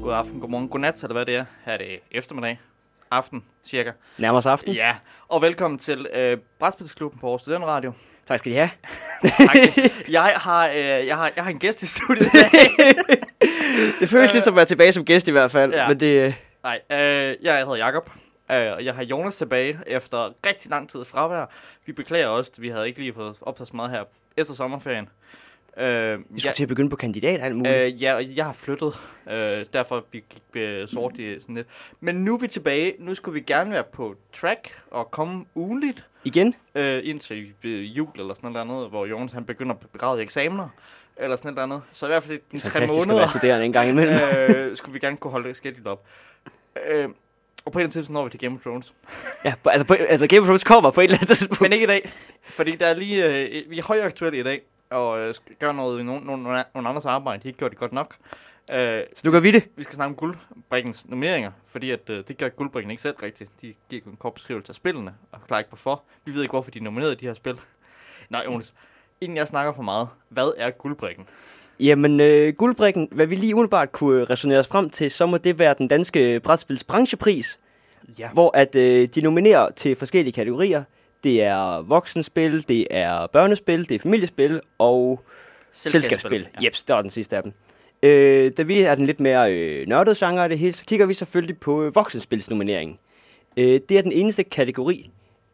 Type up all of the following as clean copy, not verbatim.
God aften, god morgen, god nat, eller hvad det er. Her er det eftermiddag, aften, cirka. Nærmere os aften. Ja, og velkommen til Brætspilsklubben på Aarhus Studenterradio. Tak skal I have. Tak. Jeg har en gæst i studiet i dag. Det føles lidt som at være tilbage som gæst i hvert fald. Ja. Men det... Nej, jeg hedder Jakob, og jeg har Jonas tilbage efter rigtig lang tid fravær. Vi beklager også, at vi havde ikke lige fået optaget så meget her efter sommerferien. Vi skulle til at begynde på kandidat alt muligt. Ja, og jeg har flyttet, derfor vi gik sort i sådan lidt. Men nu er vi tilbage. Nu skulle vi gerne være på track og komme ugenligt. Igen? Indtil jul eller sådan noget andet, hvor Jonas han begynder at begrave eksamener. Eller sådan noget andet. Så i hvert fald i 3 måneder. Fantastisk at være studerende en gang imellem. Skulle vi gerne kunne holde det schedule op. Og på en tidspunkt når vi til Game of Thrones. Ja, altså Game of Thrones kommer på et eller andet tidspunkt. Men ikke i dag. Fordi der er lige, vi er højaktuelle i dag. Og gør noget i nogle andres arbejde. De har ikke gjort det godt nok. Så nu gør vi det. Vi skal snakke om Guldbrikkens nomineringer. Fordi at, det gør Guldbrikken ikke selv rigtigt. De giver en kort beskrivelse af spillene. Og klarer ikke hvorfor. Vi ved ikke hvorfor de nominerede de her spil. Nej, Jonas. Inden jeg snakker for meget. Hvad er Guldbrikken? Jamen, Guldbrikken, hvad vi lige umiddelbart kunne resonere os frem til, så må det være den danske brætspils branchepris. Ja. Hvor at de nominerer til forskellige kategorier. Det er voksenspil, det er børnespil, det er familiespil og selskabsspil. Ja. Jeps, det var den sidste af dem. Da vi er den lidt mere nørdede genre af det hele, så kigger vi selvfølgelig på voksenspilsnomineringen. Det er den eneste kategori,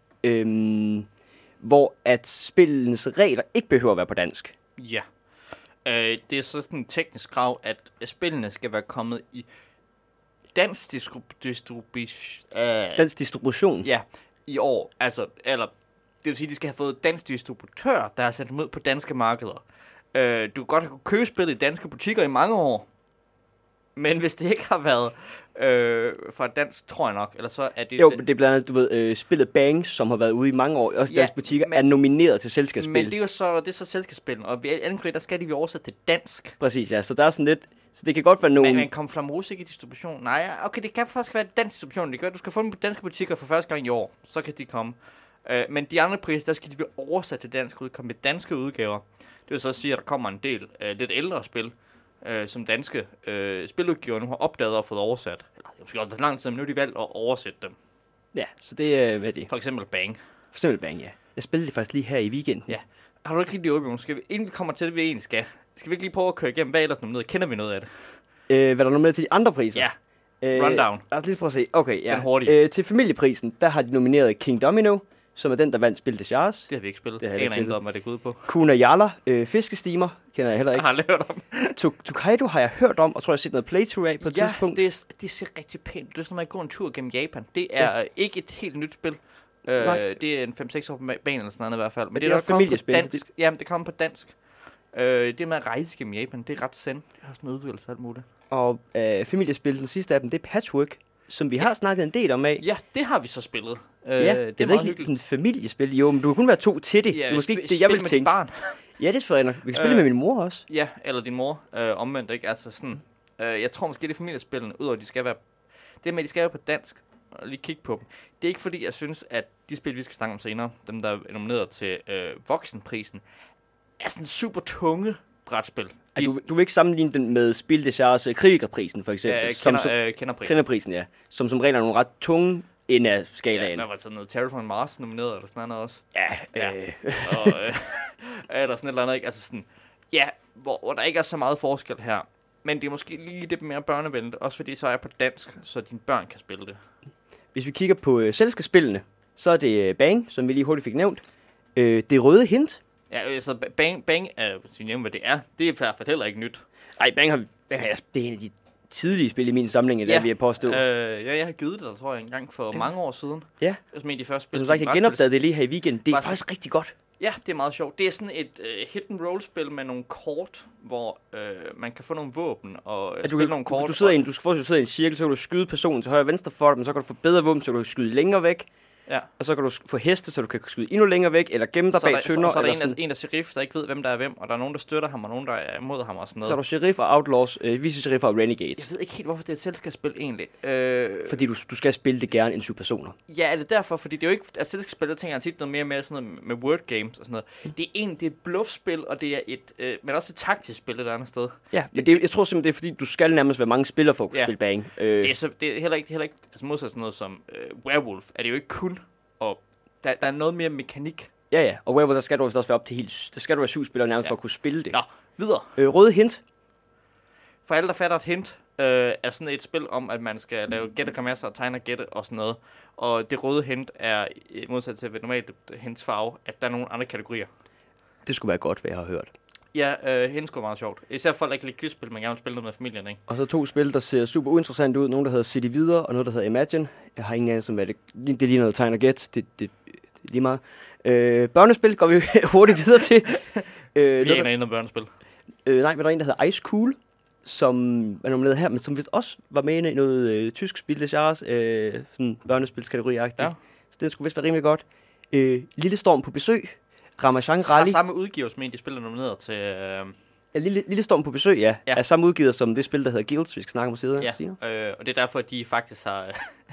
hvor at spillenes regler ikke behøver at være på dansk. Ja. Det er så sådan en teknisk krav, at spillene skal være kommet i dansk distribution. Ja, i år. Altså, eller det vil sige, at de skal have fået dansk distributør, der har sendt dem ud på danske markeder. Du kan godt have købt spillet i danske butikker i mange år, men hvis det ikke har været fra dansk, tror jeg nok, eller så er det... Jo, det er blandt andet, du ved, spillet Bang, som har været ude i mange år, også danske butikker, er nomineret til selskabsspil. Men det er jo så selskabsspil, og ved anden der skal de oversætte til dansk. Præcis, ja, så der er sådan lidt... Så det kan godt være nogen... Men kom Flamrose ikke i distribution? Nej, okay, det kan faktisk være dansk distribution. Det gør, du skal få dem på danske butikker for første gang i år. Så kan de komme. Men de andre priser, der skal de være oversat til dansk udkomme med danske udgaver. Det vil så sige, at der kommer en del lidt ældre spil, som danske spiludgiver nu har opdaget og fået oversat. Eller det er måske også lang tid, men nu er de valgt at oversætte dem. Ja, så det er, hvad det er. For eksempel Bang. For eksempel Bang, ja. Jeg spillede det faktisk lige her i weekenden. Ja. Har du ikke lige det åbent? Inden vi kommer til det, vi egentlig skal vi ikke lige prøve at køre igennem, hvad ellers noget? Kender vi noget af det? Hvad der er med til de andre priser? Ja. Rundown. Lad os lige prøve at se. Okay, ja. Den hurtige. Til familieprisen, der har de nomineret King Domino, som er den, der vandt Spil des Jahres. Det har vi ikke spillet. Det har jeg ikke om, hvad det går ud på. Kuna Jalla, fiskestimer, kender jeg heller ikke. Jeg har aldrig hørt om. Tokaido har jeg hørt om, og tror jeg har set noget playthrough af på et tidspunkt. Ja, det ser rigtig pænt. Det er sådan, at man går en tur gennem Japan. Det er ikke et helt nyt spil. Det er en 5-6 år på banen eller sådan noget i hvert fald. Men det er også familiespil. Jamen, det kommer på dansk. Det med at rejse gennem Japan, det er ret send. Det har sådan en udvidelse og alt muligt. Og familiespil, den sidste af dem, det er Patchwork, som vi har snakket en del om af. Ja, det har vi så spillet. Det er meget ikke sådan et familiespil. Jo, men du kan kun være 2 til det. Ja, det er måske ikke det, jeg vil tænke. Barn. Ja, det er selvfølgelig nok. Vi kan spille med min mor også. Ja, eller din mor. Omvendt, ikke? Altså sådan... jeg tror måske, det er familiespillene, udover de skal være... Det med, at de skal være på dansk, og lige kigge på dem. Det er ikke fordi, jeg synes, at de spil, vi skal snakke om senere, dem der er nomineret til voksenprisen, er sådan super tunge brætspil. Du vil ikke sammenligne den med Spil des Jahres kritikerprisen, for eksempel? Kenderprisen. Ja. Som regel er nogle ret tunge ende af skalaen. Ja, der var sådan noget Terraforming Mars nomineret, eller sådan noget også. Ja. Og er der sådan et eller andet, ikke? Altså sådan... Ja, hvor der ikke er så meget forskel her. Men det er måske lige lidt mere børnevenligt, også fordi så er jeg på dansk, så dine børn kan spille det. Hvis vi kigger på selskabsspillene, så er det Bang, som vi lige hurtigt fik nævnt. Det røde hint. Ja, så Bang er, hvad det er. Det er i hvert fald heller ikke nyt. Nej, Bang det er en af de tidlige spil i min samling, der vi har påstået. Jeg har givet det, der tror jeg, en gang for mange år siden. Ja. Som en af de første spil. Som sagt, jeg har genopdaget det lige her i weekenden. Det er faktisk rigtig godt. Ja, det er meget sjovt. Det er sådan et hit-and-roll-spil med nogle kort, hvor man kan få nogle våben og spille nogle kort. Du sidder i en cirkel, så kan du skyde personen til højre og venstre for dig, men så kan du få bedre våben, så du kan skyde længere væk. Ja. Og så kan du få heste, så du kan skyde endnu længere væk, eller gemme dig bag tønder. Så er der en af sheriff, der ikke ved, hvem der er hvem, og der er nogen, der støtter ham, og nogen, der er imod ham og sådan noget. Så er der sheriff og outlaws, vice-sheriff og renegades. Jeg ved ikke helt, hvorfor det er et selskabsspil egentlig. Fordi du skal spille det gerne end 7 personer. Ja, er det derfor? Fordi det er jo ikke... Altså, selskabsspil, der tænker jeg tit noget mere med sådan noget med word games og sådan noget. Det er et bluffspil, og det er men også et taktisk spil et andet sted. Ja, men jeg tror simpelthen, det er fordi, du skal nærmest være mange spillere for at kunne spille bang. Det er heller ikke altså modsat sådan noget som Werewolf, er det jo ikke kun... Og der er noget mere mekanik. Ja, og Werewolf, der skal du også være op til helt... Der skal du være 7 spillere nærmest for at kunne spille det. Nå, videre. Røde hint. For alle, der fatter et hint, er sådan et spil om, at man skal lave gætte grimasser og tegne og gætte og sådan noget. Og det røde hint er, modsat til et normalt hints farve, at der er nogle andre kategorier. Det skulle være godt, hvad jeg har hørt. Ja, hint skulle meget sjovt. Især folk, der ikke lide quizspil, men gerne vil spille noget med familien, ikke? Og så 2 spil, der ser super uinteressant ud. Nogle, der hedder City Videre, og noget, der hedder Imagine. Jeg har ingen anelse om, hvad det er lige noget tegn og gæt. Det lige meget. Børnespil går vi hurtigt videre til. Vi er ikke noget børnespil. Nej, men der er en, der hedder Ice Cool, som er nomineret her, men som vist også var med i noget tysk spil, det er sådan børnespilskategori-agtigt. Ja. Så det skulle vist være rimelig godt. Lille Storm på besøg. Ramachan Rally. Samme udgiver, som de spiller nomineret til... Ja, Lille Storm på besøg, ja. Er samme udgiver som det spil, der hedder Guilds, vi skal snakke om siden. Ja, og det er derfor, at de faktisk har...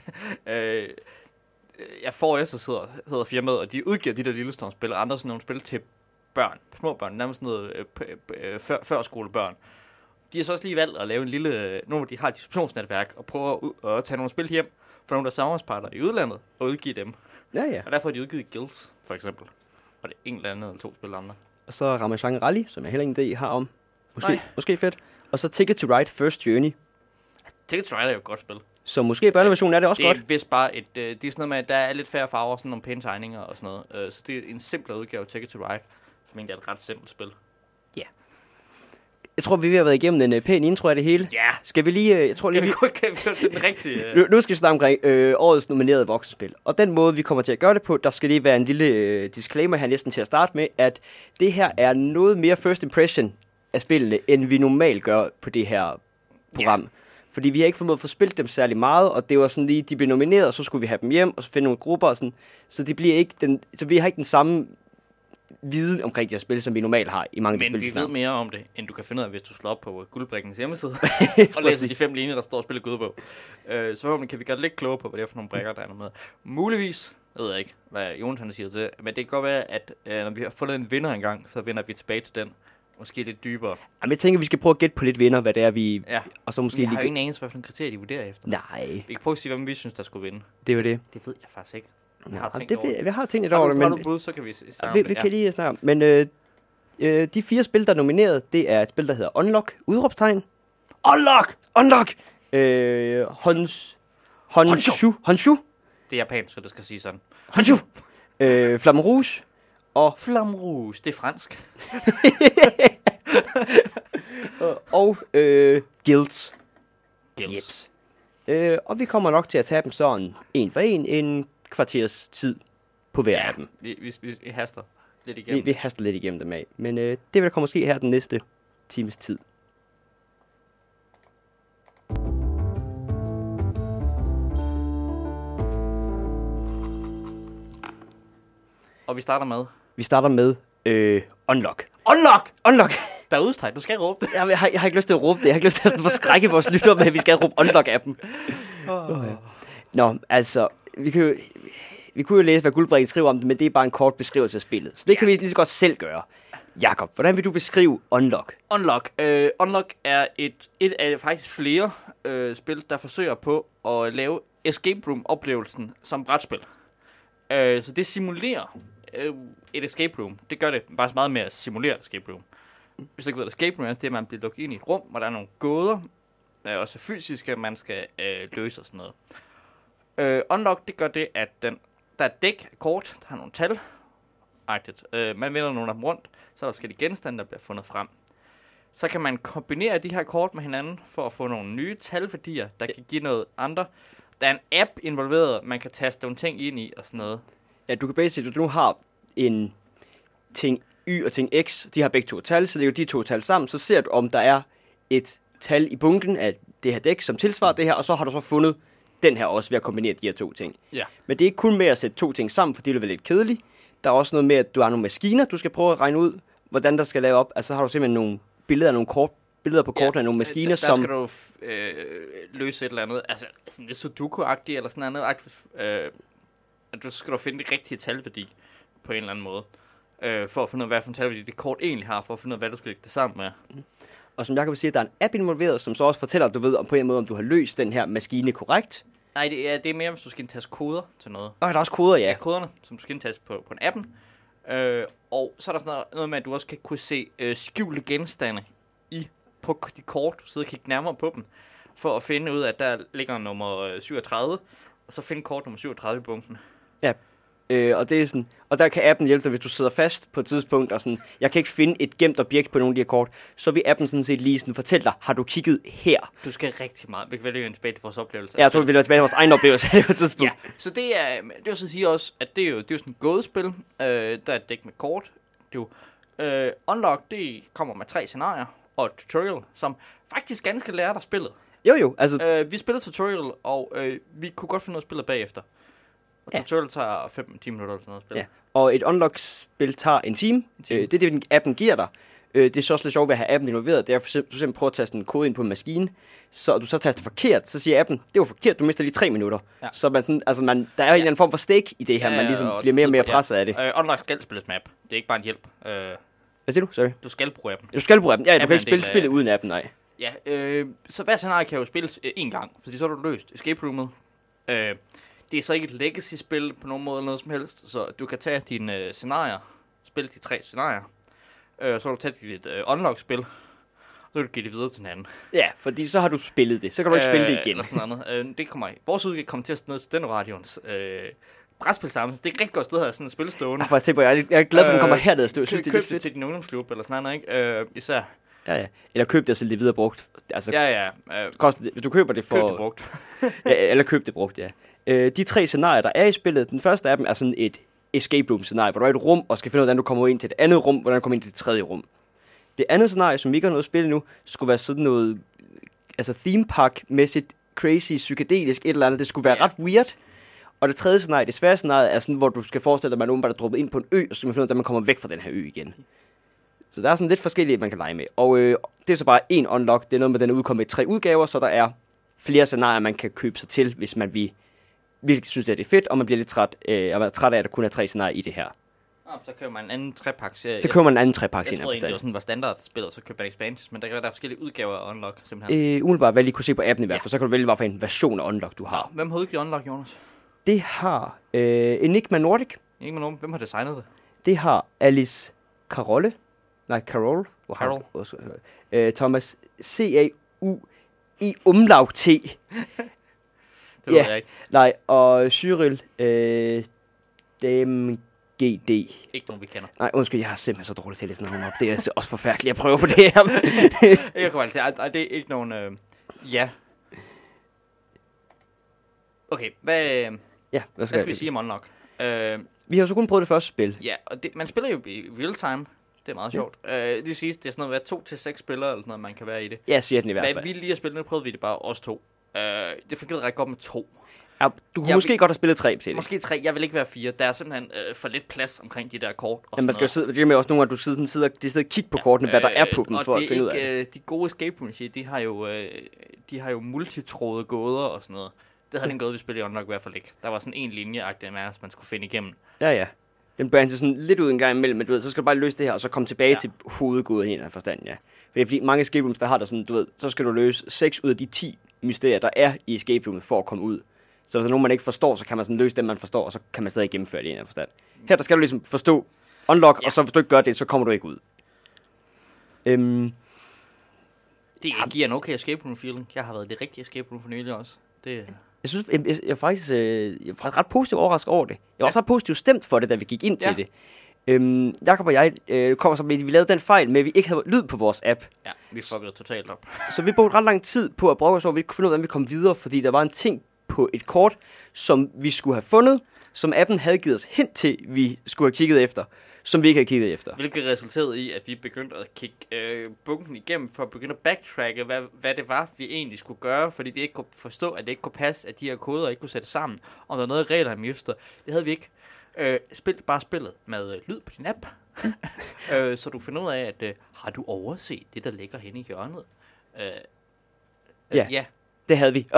Forrest hedder firmaet, og de udgiver de der Lille Storm-spil, og andre sådan nogle spil til børn, små børn, nærmest sådan noget førskolebørn. De har så også lige valgt at lave en lille... Nogle af de har et distributionsnetværk, og prøver at tage nogle spil hjem fra nogle der samarbejdspartnere i udlandet, og udgive dem. Ja. Og derfor har de udgivet Guilds, for eksempel. Og det er en eller anden eller 2 spil andre. Og så Ramachan Rally, som jeg heller ingen idé har om. Måske fedt. Og så Ticket to Ride First Journey. Ticket to Ride er jo et godt spil. Så måske børneversionen er det også godt. Det er vist bare det er sådan noget med, at der er lidt færre farver, sådan nogle pæne tegninger og sådan noget. Så det er en simplere udgave af Ticket to Ride, som egentlig er et ret simpelt spil. Ja. Jeg tror, vi har været igennem en pæn intro af det hele. Ja. Skal vi lige... Vi gå til den rigtige... Nu skal vi snakke omkring årets nominerede voksenspil. Og den måde, vi kommer til at gøre det på, der skal lige være en lille disclaimer her næsten til at starte med, at det her er noget mere first impression af spillene, end vi normalt gør på det her program. Ja. Fordi vi har ikke formået at få spillet dem særlig meget, og det var sådan lige, de blev nomineret, og så skulle vi have dem hjem, og så finde nogle grupper og sådan. Så det bliver ikke så vi har ikke den samme viden omkring de her spil, som vi normalt har i mange af de spil. Men vi ved mere om det, end du kan finde ud af, hvis du slår op på Guldbrikkens hjemmeside og læser de 5 linjer, der står og spiller Gud på. Så forhåbentlig kan vi gøre lidt klogere på, hvad det er for nogle brikker, der er med. Muligvis, jeg ved ikke, hvad Jonas siger til, men det kan godt være, at når vi har fundet en vinder engang, så vender vi tilbage til den. Måske lidt dybere. Jamen, jeg tænker, vi skal prøve at gætte på lidt vinder, hvad det er, vi... Ja. Og så måske jeg har jo ingen anelse, hvad for en kriterier de vurderer efter. Nej. Vi kan prøve at sige, hvem vi synes, der skulle vinde. Det var det. Det ved jeg faktisk ikke. Jeg har tænkt lidt over det, men... Har du bud, så kan vi snakke om det. Vi kan lige snakke om. Men de 4 spil, der er nomineret, det er et spil, der hedder Unlock. Udråbstegn. Unlock! Honshu. Det er japansk, så det skal sige sådan. Honshu! Flamme Rouge. Og Flamme Rouge, det er fransk. og Guilds. Yep. Og vi kommer nok til at tage dem sådan en for en kvarters tid på hver af dem. Vi haster lidt igennem. Vi haster lidt igennem dem af. Men det vil der komme måske her den næste times tid. Og vi starter med? Vi starter med Unlock. Unlock! Der er udstræk, du skal råbe det. Jeg har ikke lyst til at råbe det. Jeg har ikke lyst til at forskrække vores lytter med, at vi skal råbe Unlock af dem. Nå, altså, vi kunne jo læse, hvad Guldbrikken skriver om det, men det er bare en kort beskrivelse af spillet. Så det kan vi lige så godt selv gøre. Jakob, hvordan vil du beskrive Unlock? Unlock er et af faktisk flere spil, der forsøger på at lave escape room-oplevelsen som brætspil. Så det simulerer et escape room. Det gør det bare meget mere at simulere et escape room. Hvis du ikke ved, at escape room er, det er, at man bliver lukket ind i et rum, hvor der er nogle gåder, også fysiske, man skal løse og sådan noget. Unlock, det gør det, at der er et dæk kort, der har nogle tal. Man vender nogle af dem rundt, så er der forskellige genstande, der bliver fundet frem. Så kan man kombinere de her kort med hinanden, for at få nogle nye talværdier, der kan give noget andre. Der er en app involveret, man kan taste nogle ting ind i og sådan noget. Ja, du kan basically, du nu har en ting Y og ting X, de har begge 2 tal, så det er jo de 2 tal sammen, så ser du, om der er et tal i bunken af det her dæk, som tilsvarer det her, og så har du så fundet den her også ved at kombinere de her to ting. Ja. Men det er ikke kun med at sætte to ting sammen, for det vil være lidt kedeligt. Der er også noget med, at du har nogle maskiner, du skal prøve at regne ud, hvordan der skal lave op. Altså har du simpelthen nogle billeder på kortet af nogle maskiner, der skal du løse et eller andet, altså sådan lidt Sudoku-agtigt, eller sådan noget, at du skal finde det rigtige talværdi på en eller anden måde, for at finde ud af, hvad for en talværdi det kort egentlig har, for at finde ud af, hvad du skal lægge det sammen med. Og som Jacob siger, der er en app involveret, som så også fortæller, at du ved på en måde, om du har løst den her maskine korrekt. Nej, det er mere, hvis du skal indtaste koder til noget. Og der er også koder, ja. Ja, koderne, som du skal indtaste på en appen. Og så er der sådan noget med, at du også kan kunne se skjulte genstande på de kort, du sidder og kigger nærmere på dem, for at finde ud af, at der ligger nummer 37, og så finde kort nummer 37 i bunken. Ja, og det er sådan, og der kan appen hjælpe dig, hvis du sidder fast på et tidspunkt, og sådan, jeg kan ikke finde et gemt objekt på nogle af de her kort, så vil appen sådan set lige sådan fortælle dig, har du kigget her? Du skal rigtig meget, vi kan vælge en tilbage til vores oplevelse. Ja, jeg tror, vi vil være tilbage til vores egen oplevelse på et tidspunkt. Ja, så det er så at sige også, at det er jo sådan et gådespil, der er et dæk med kort. Det er jo, Unlock, det kommer med 3 scenarier, og et tutorial, som faktisk ganske lærer dig spillet. Jo, altså... vi spillede tutorial, og vi kunne godt finde noget spillet bagefter. Og tutorial tager 5-10 minutter eller sådan noget spil. Ja. Og et unlock-spil tager en time. Det er det, appen giver dig. Det er så også lidt sjovt ved at have appen involveret. Det er for eksempel prøve at taste en kode ind på en maskine, så du så taster forkert, så siger appen, det var forkert, du mister lige 3 minutter. Ja. Så der er en eller anden form for stake i det her, man ligesom bliver mere og mere presset af det. Unlock skal spilles med app. Det er ikke bare en hjælp. Hvad siger du? Sorry. Du skal bruge appen. Du skal bruge appen. Ja, du kan ikke spille spillet uden appen, nej. Ja, så hver scenarie kan jo spilles én gang, fordi så har du løst escape roomet. Det er så ikke et legacy-spil på nogen måde eller noget som helst, så du kan tage dine scenarier, spille de 3 scenarier, så har du taget dit unlock-spil, og så kan du give det videre til den anden. Ja, fordi så har du spillet det, så kan du ikke spille det igen. Eller sådan noget. Det kommer vores udgave kommer til at stå til den radions brætspil sammen. Det er et rigtig godt sted at have sådan et spil stående. Jeg er glad for, at den kommer herned og stå. Køb det til din ungdomsklub eller sådan noget, ikke? Især. Ja. Eller køb det og sælge det videre brugt. Altså, koster det, hvis du køber det for... Køb det brugt. Eller køb det brugt, ja. De 3 scenarier, der er i spillet, den første af dem er sådan et escape room scenarie, hvor du er i et rum og skal finde ud af, hvordan du kommer ind til det andet rum, hvordan du kommer ind til det tredje rum. Det andet scenarie, som vi ikke har noget at spille nu, skulle være sådan noget, altså theme park-mæssigt, crazy, psykedelisk, et eller andet. Det skulle være ret weird. Og det tredje scenarie, det svære scenarie, er sådan, hvor du skal forestille dig, at man er nogen, der er droppet ind på en ø, og så skal man finde ud af, at man kommer væk fra den her ø igen. Så der er sådan lidt forskelligt, man kan lege med. Og det er så bare en unlock. Det er noget med, den er udkommet i 3 udgaver, så der er flere scenarier, man kan købe sig til, hvis man virkelig synes, at det er fedt, og man bliver lidt træt af, at der kun er 3 scenarier i det her. Så køber man en anden trepaks. Så køber man en anden trepaks. Jeg troede egentlig, det var sådan, var standardspillet, så køber man expansions, men der kan være, der er forskellige udgaver af Unlock, simpelthen. Umiddelbart, hvad lige kunne se på appen i hvert fald, så kan du vælge, hvilken en version af Unlock du har. Hvem har udgivet Unlock, Jonas? Det har Enigma Nordic. Enigma Nordic. Hvem har designet det? Det har Alice Carol. Thomas C-A-U-I umlaut T. Det ved jeg ikke. Nej, og Cyril DMGD. Ikke nogen, vi kender. Nej, undskyld, jeg har simpelthen så dårligt til at læse noget op. Det er også forfærdeligt at prøve på det her. Jeg kommer altid. Det er ikke nogen... Ja. Okay, hvad skal vi sige om Unlock? Vi har så kun prøvet det første spil. Ja, og man spiller jo i real time. Det er meget sjovt. Det siges, det er sådan noget, 2 til 6 spillere, eller sådan noget, man kan være i det. Ja, siger den i hvert fald. Vi lige har spillet, nu prøvede vi det bare os 2. Det fungerede ret godt med 2. Ja, du kunne måske godt have spillet 3 til det. Måske 3, jeg vil ikke være 4. Der er simpelthen for lidt plads omkring de der kort. Jamen, man skal jo sidde, det er med også nogle, at du sidder og kigger på kortene, hvad der er på dem, for at finde ud af det. De gode escape rooms, de har jo multitråde gåder og sådan noget. Det havde den gåde, vi spillede i Unlock i hvert fald ikke. Der var sådan en linjeagtig med, man skulle finde igennem. Ja. Den brancher sådan lidt ud en gang imellem, men du ved, så skal du bare løse det her, og så komme tilbage til hovedgåden i en eller anden forstand, ja. Fordi mange escape rooms, der har der sådan, du ved, så skal du løse 6 ud af de 10 mysterier, der er i escape roomet, for at komme ud. Så hvis der er nogen, man ikke forstår, så kan man sådan løse dem, man forstår, og så kan man stadig gennemføre det i en eller anden forstand. Her, der skal du ligesom forstå unlock, og så hvis du ikke gør det, så kommer du ikke ud. Det giver en okay escape room feeling. Jeg har været i det rigtige escape room for nylig også. Jeg synes, jeg er faktisk ret positivt overrasket over det. Jeg var også ret positivt stemt for det, da vi gik ind til det. Jakob og jeg kommer så med, vi lavede den fejl med, at vi ikke havde lyd på vores app. Ja, vi fuckede totalt op. Så vi brugte ret lang tid på at brokke os over, at vi ikke kunne finde ud af, hvordan vi kom videre, fordi der var en ting på et kort, som vi skulle have fundet, som appen havde givet os hint til, vi skulle have kigget efter. som vi ikke havde kigget efter. Hvilket resulterede i, at vi begyndte at kigge bunken igennem, for at begynde at backtracke, hvad det var, vi egentlig skulle gøre, fordi vi ikke kunne forstå, at det ikke kunne passe, at de her koder ikke kunne sætte sammen, om der var noget reglerne mister. Det havde vi ikke. Bare spillet med lyd på din app, så du finder ud af, at har du overset det, der ligger henne i hjørnet? Ja, det havde vi.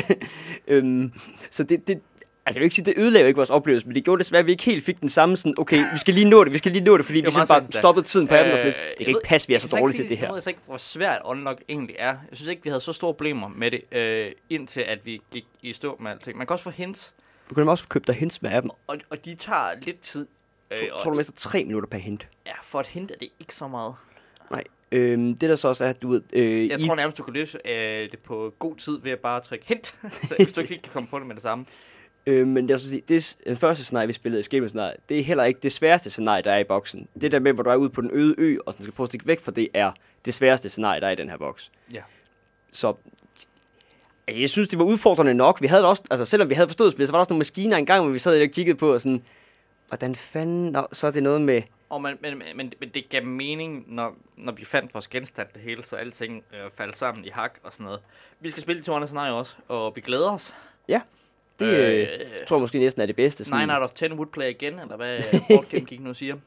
Så det altså jeg vil ikke sige, det ødelagde ikke vores oplevelse, men det gjorde desværre, at vi ikke helt fik den samme sådan, okay, vi skal lige nå det, fordi vi bare stoppede tiden på appen og sådan lidt. Det kan ikke passe, vi er så dårlige til det her. Jeg ved ikke, hvor svært unlock egentlig er. Jeg synes ikke, vi havde så store problemer med det, indtil at vi gik i stå med alting. Man kan også få hints. Du kan også få købt dig hints med appen. Og de tager lidt tid. Jeg tror, du mister 3 minutter per hint. Ja, for et hint er det ikke så meget. Nej. Det der så også er, at du ved... jeg tror nærmest, du kan løse det på god tid ved at bare trykke hint. Så hvis du ikke kan komme på det med det samme. Men jeg sige, den første scenarie, vi spillede, escape-scenarie, det er heller ikke det sværeste scenarie, der er i boksen. Det der med, hvor du er ude på den øde ø, og sådan skal prøve at stikke væk fra det, er det sværeste scenarie, der er i den her boks. Ja. Så jeg synes, det var udfordrende nok. Vi havde også, altså selvom vi havde forstået spillet, så var der også nogle maskiner engang, hvor vi sad og kiggede på, og sådan, hvordan fanden, så er det noget med... Men det gav mening, når vi fandt vores genstand det hele, så alting faldt sammen i hak og sådan noget. Vi skal spille 2 andre scenarier også, og vi glæder os. Ja. Det tror jeg måske næsten er det bedste. 9 out of 10 would play igen, eller hvad Boardgame Geek nu siger.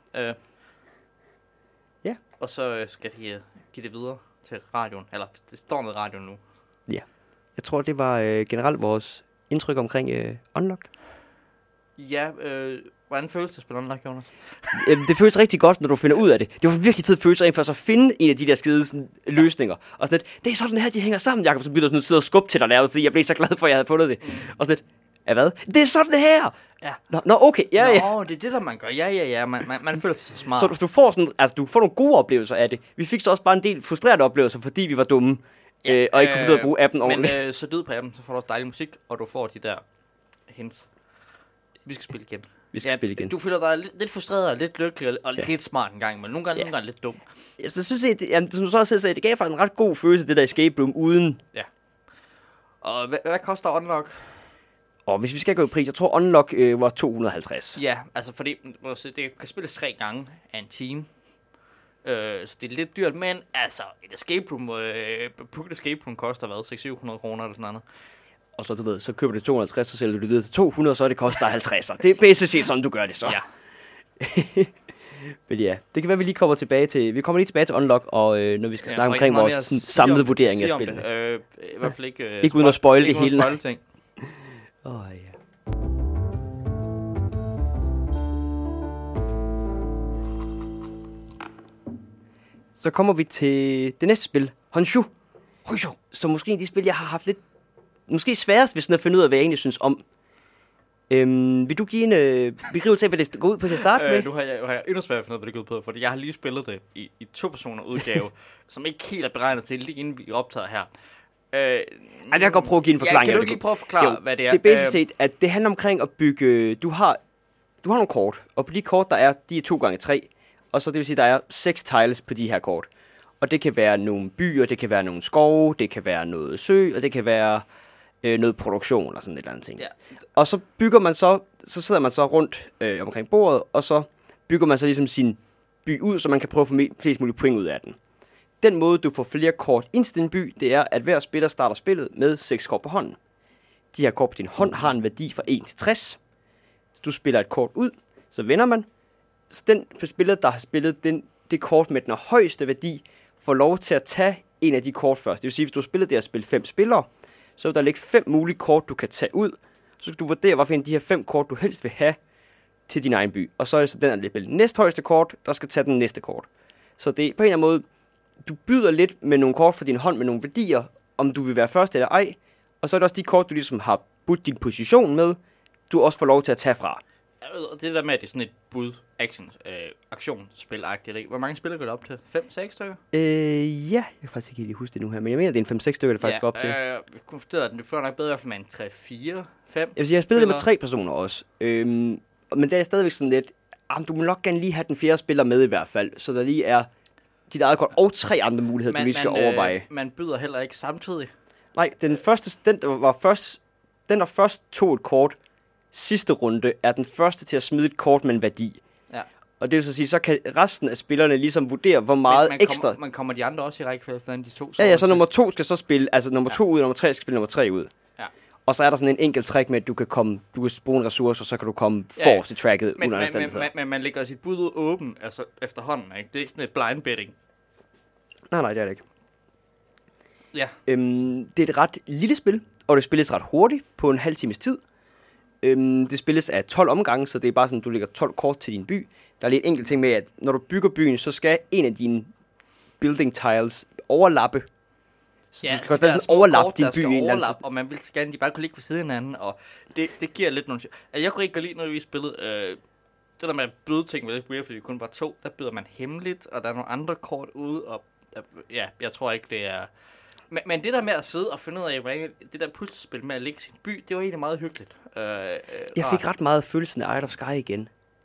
Ja. Og så skal de give det videre til radioen, eller det står med radioen nu. Ja. Jeg tror, det var generelt vores indtryk omkring Unlock. Ja, hvordan føles det at spille Unlock, Jonas? Det føles rigtig godt, når du finder ud af det. Det var en virkelig fed følelse rent for at finde en af de der skide sådan, løsninger. Og sådan lidt, det er sådan her, de hænger sammen, Jacob. Så begyndte jeg sådan at sidde og skubbe til dig nærmest, fordi jeg blev så glad for, at jeg havde fundet det. Og sådan lidt, hvad? Det er sådan her! Ja. Nå, okay, ja. Nå, det er det, der man gør. Ja. Man føler sig så smart. Så du får sådan, altså du får nogle gode oplevelser af det. Vi fik så også bare en del frustrerende oplevelser, fordi vi var dumme. Og ikke kunne finde ud af at bruge appen ordentligt. Men så død på appen, så får du også dejlig musik, og du får de der hints. Vi skal spille igen. Spille igen. Du føler dig lidt frustreret og lidt lykkelig og lidt smart en gang, men nogle gange lidt dum. Jeg synes, som du så også sagde, det gav faktisk en ret god følelse, det der escape room uden. Ja. Og hvad koster Unlock? Og hvis vi skal gå i pris, jeg tror Unlock var 250. Ja, altså fordi det kan spilles 3 gange af en time. Så det er lidt dyrt, men altså et escape room, Pocket Escape Room koster hvad, 600-700 kroner eller sådan noget. Og så du ved, så køber du 250, så sælger du det videre til 200, så det koster 50. Det er basically sådan, du gør det så. Ja. Men ja, det kan være, vi lige kommer tilbage til. Vi kommer lige tilbage til Unlock, og når vi skal snakke omkring vores samlede vurdering af spillene. I hvert fald ikke... ikke uden at spoile det hele. Ja. Så kommer vi til det næste spil, Honshu. Så måske en af de spil, jeg har haft lidt... Måske sværest, hvis sådan at finde ud af, hvad jeg egentlig synes om. Vil du give en beskrivelse af, hvad det går ud på til at starte med? Nu har jeg endnu svært at finde ud af, hvad det går ud på, fordi jeg har lige spillet det i 2-personer udgave, som ikke helt er beregnet til, lige inden vi optager her. Jeg kan godt prøve at give en forklaring. Kan du ikke lige prøve at forklare, hvad det er? Det er basisk set, at det handler omkring at bygge... Du har nogle kort, og på de kort, de er 2x3, og så det vil sige, der er 6 tiles på de her kort. Og det kan være nogle byer, det kan være nogle skove, det kan være noget sø, og det kan være noget produktion eller sådan et eller andet ting. Ja. Og så bygger man så sidder man så rundt omkring bordet, og så bygger man så ligesom sin by ud, så man kan prøve at få flest mulige point ud af den. Den måde, du får flere kort ind til din by, det er, at hver spiller starter spillet med 6 kort på hånden. De her kort på din hånd har en værdi fra 1 til 60. Du spiller et kort ud, så vender man. Så den spiller, der har spillet det kort med den højeste værdi, får lov til at tage en af de kort først. Det vil sige, hvis du har spillet det at spille 5 spillere, så vil der ligge 5 mulige kort, du kan tage ud. Så skal du vurdere, hvorfor en af de her 5 kort, du helst vil have til din egen by. Og så er det så den, der spiller den næsthøjeste kort, der skal tage den næste kort. Så det er på en eller anden måde, du byder lidt med nogle kort fra din hånd med nogle værdier, om du vil være først eller ej. Og så er det også de kort, du ligesom har budt din position med, du også får lov til at tage fra. Det der med, at det er sådan et bud, aktionsspil-agtigt. Hvor mange spiller går det op til? 5-6 stykker? Ja, jeg kan faktisk ikke lige huske det nu her, men jeg mener, det er en 5-6 stykker, det faktisk går op til. Jeg konstaterer, at det får nok bedre i hvert fald med en 3-4-5. Jeg har spillet det med 3 personer også, men det er stadigvæk sådan lidt, du må nok gerne lige have den 4. spiller med i hvert fald, så der lige er dit eget kort og 3 andre muligheder, du lige skal overveje. Man byder heller ikke samtidig. Nej, den der først tog et kort sidste runde, er den første til at smide et kort med en værdi. Ja. Og det vil så sige, så kan resten af spillerne ligesom vurdere, hvor meget ekstra... Man kommer de andre også i rækkefølge, for de to? Ja, så nummer 2 skal så spille, altså nummer 2 ud, og nummer 3 skal spille nummer 3 ud. Ja. Og så er der sådan en enkelt trick med, at du kan bruge en ressource, og så kan du komme forrest i tracket. Men man lægger sit bud ud åben, altså efterhånden, ikke? Det er ikke sådan et blind betting. Nej, det er det ikke. Ja. Det er et ret lille spil, og det spilles ret hurtigt, på en halv times tid. Det spilles af 12 omgange, så det er bare sådan, du lægger 12 kort til din by. Der er lidt enkelt ting med, at når du bygger byen, så skal en af dine building tiles overlappe. Så du skal sådan overlappe din by i en eller anden og man vil gerne, de bare kunne ligge ved siden af hinanden, og det giver lidt nogle... Altså, jeg kunne ikke lide, når vi spillede... det der med at byde ting var lidt weird, fordi vi kun var 2. Der byder man hemmeligt, og der er nogle andre kort ude, og... Ja, jeg tror ikke, det er... Men det der med at sidde og finde ud af, hvordan det der puslespil med at ligge sin by, det var egentlig meget hyggeligt. Jeg fik ret meget følelsen af Isle of Skye igen.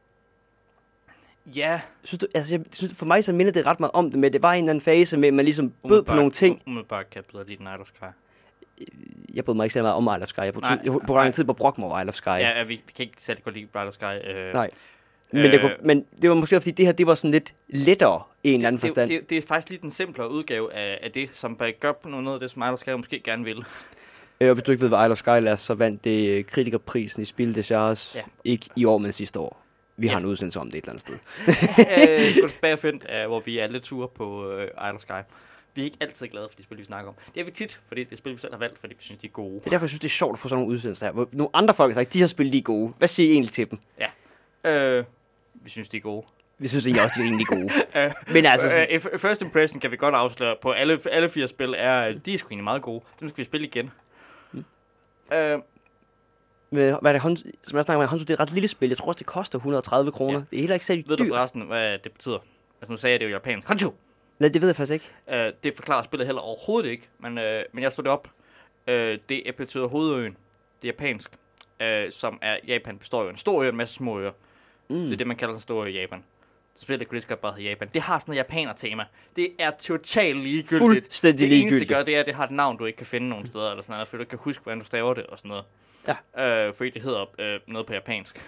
Ja. Synes for mig så minder det ret meget om det, men det var en eller anden fase med, at man ligesom bød på nogle ting. Umiddelbart kan jeg bedre lide den Isle of Skye. Jeg bød mig ikke særlig meget om Isle of Skye. Jeg brugte lang tid på brok mig over Isle of Skye. Ja, vi kan ikke særlig godt lide Isle of Skye. Nej. Men det var måske fordi, det her det var sådan lidt lettere i en eller anden forstand. Det er faktisk lidt en simplere udgave af det, som gør på noget af det, som Isle of Skye måske gerne vil. Og hvis du ikke ved, hvad Isle of Skye er, så vandt det kritikerprisen i Spil des Jahres, ikke i år, men sidste år. Vi har en udsendelse om det et eller andet sted. Gå tilbage og find, hvor vi er lidt ture på Isle of Skye. Vi er ikke altid glade for de spil, vi snakker om. Det er vi tit, fordi det spil, vi selv har valgt, fordi vi synes, de er gode. Det er derfor, jeg synes, det er sjovt at få sådan nogle udsendelser her. Hvor nogle andre folk har sagt, de her spil, de er gode. Hvad siger I egentlig til dem? Ja. Vi synes, de er gode. Vi synes egentlig også, de er rimelig gode. Men altså sådan... First impression kan vi godt afsløre på alle 4 spil, de er sgu egentlig meget gode. Dem skal vi spille igen. Hvad er det, som jeg snakker med, det er et ret lille spil. Jeg tror også, det koster 130 kroner. Ja. Det er heller ikke særlig dyrt. Ved du forresten, hvad det betyder? Altså nu sagde jeg, det er jo japansk. Honshu! Nej, det ved jeg faktisk ikke. Det forklarer spillet heller overhovedet ikke, men jeg slog det op. Det betyder hovedøen. Det er japansk. Som er, Japan består jo en stor ø og en masse små øer. Det er det, man kalder en stor ø i Japan. Så spillet kunne lige så godt bare hedde Japan. Det har sådan et japaner-tema. Det er totalt ligegyldigt. Fuldstændig ligegyldigt. Det eneste, det gør, det er, at det har et navn, du ikke kan finde nogen steder, eller sådan noget, fordi du ikke kan huske, hvordan du staver det, og sådan noget. Ja. Fordi det hedder noget på japansk.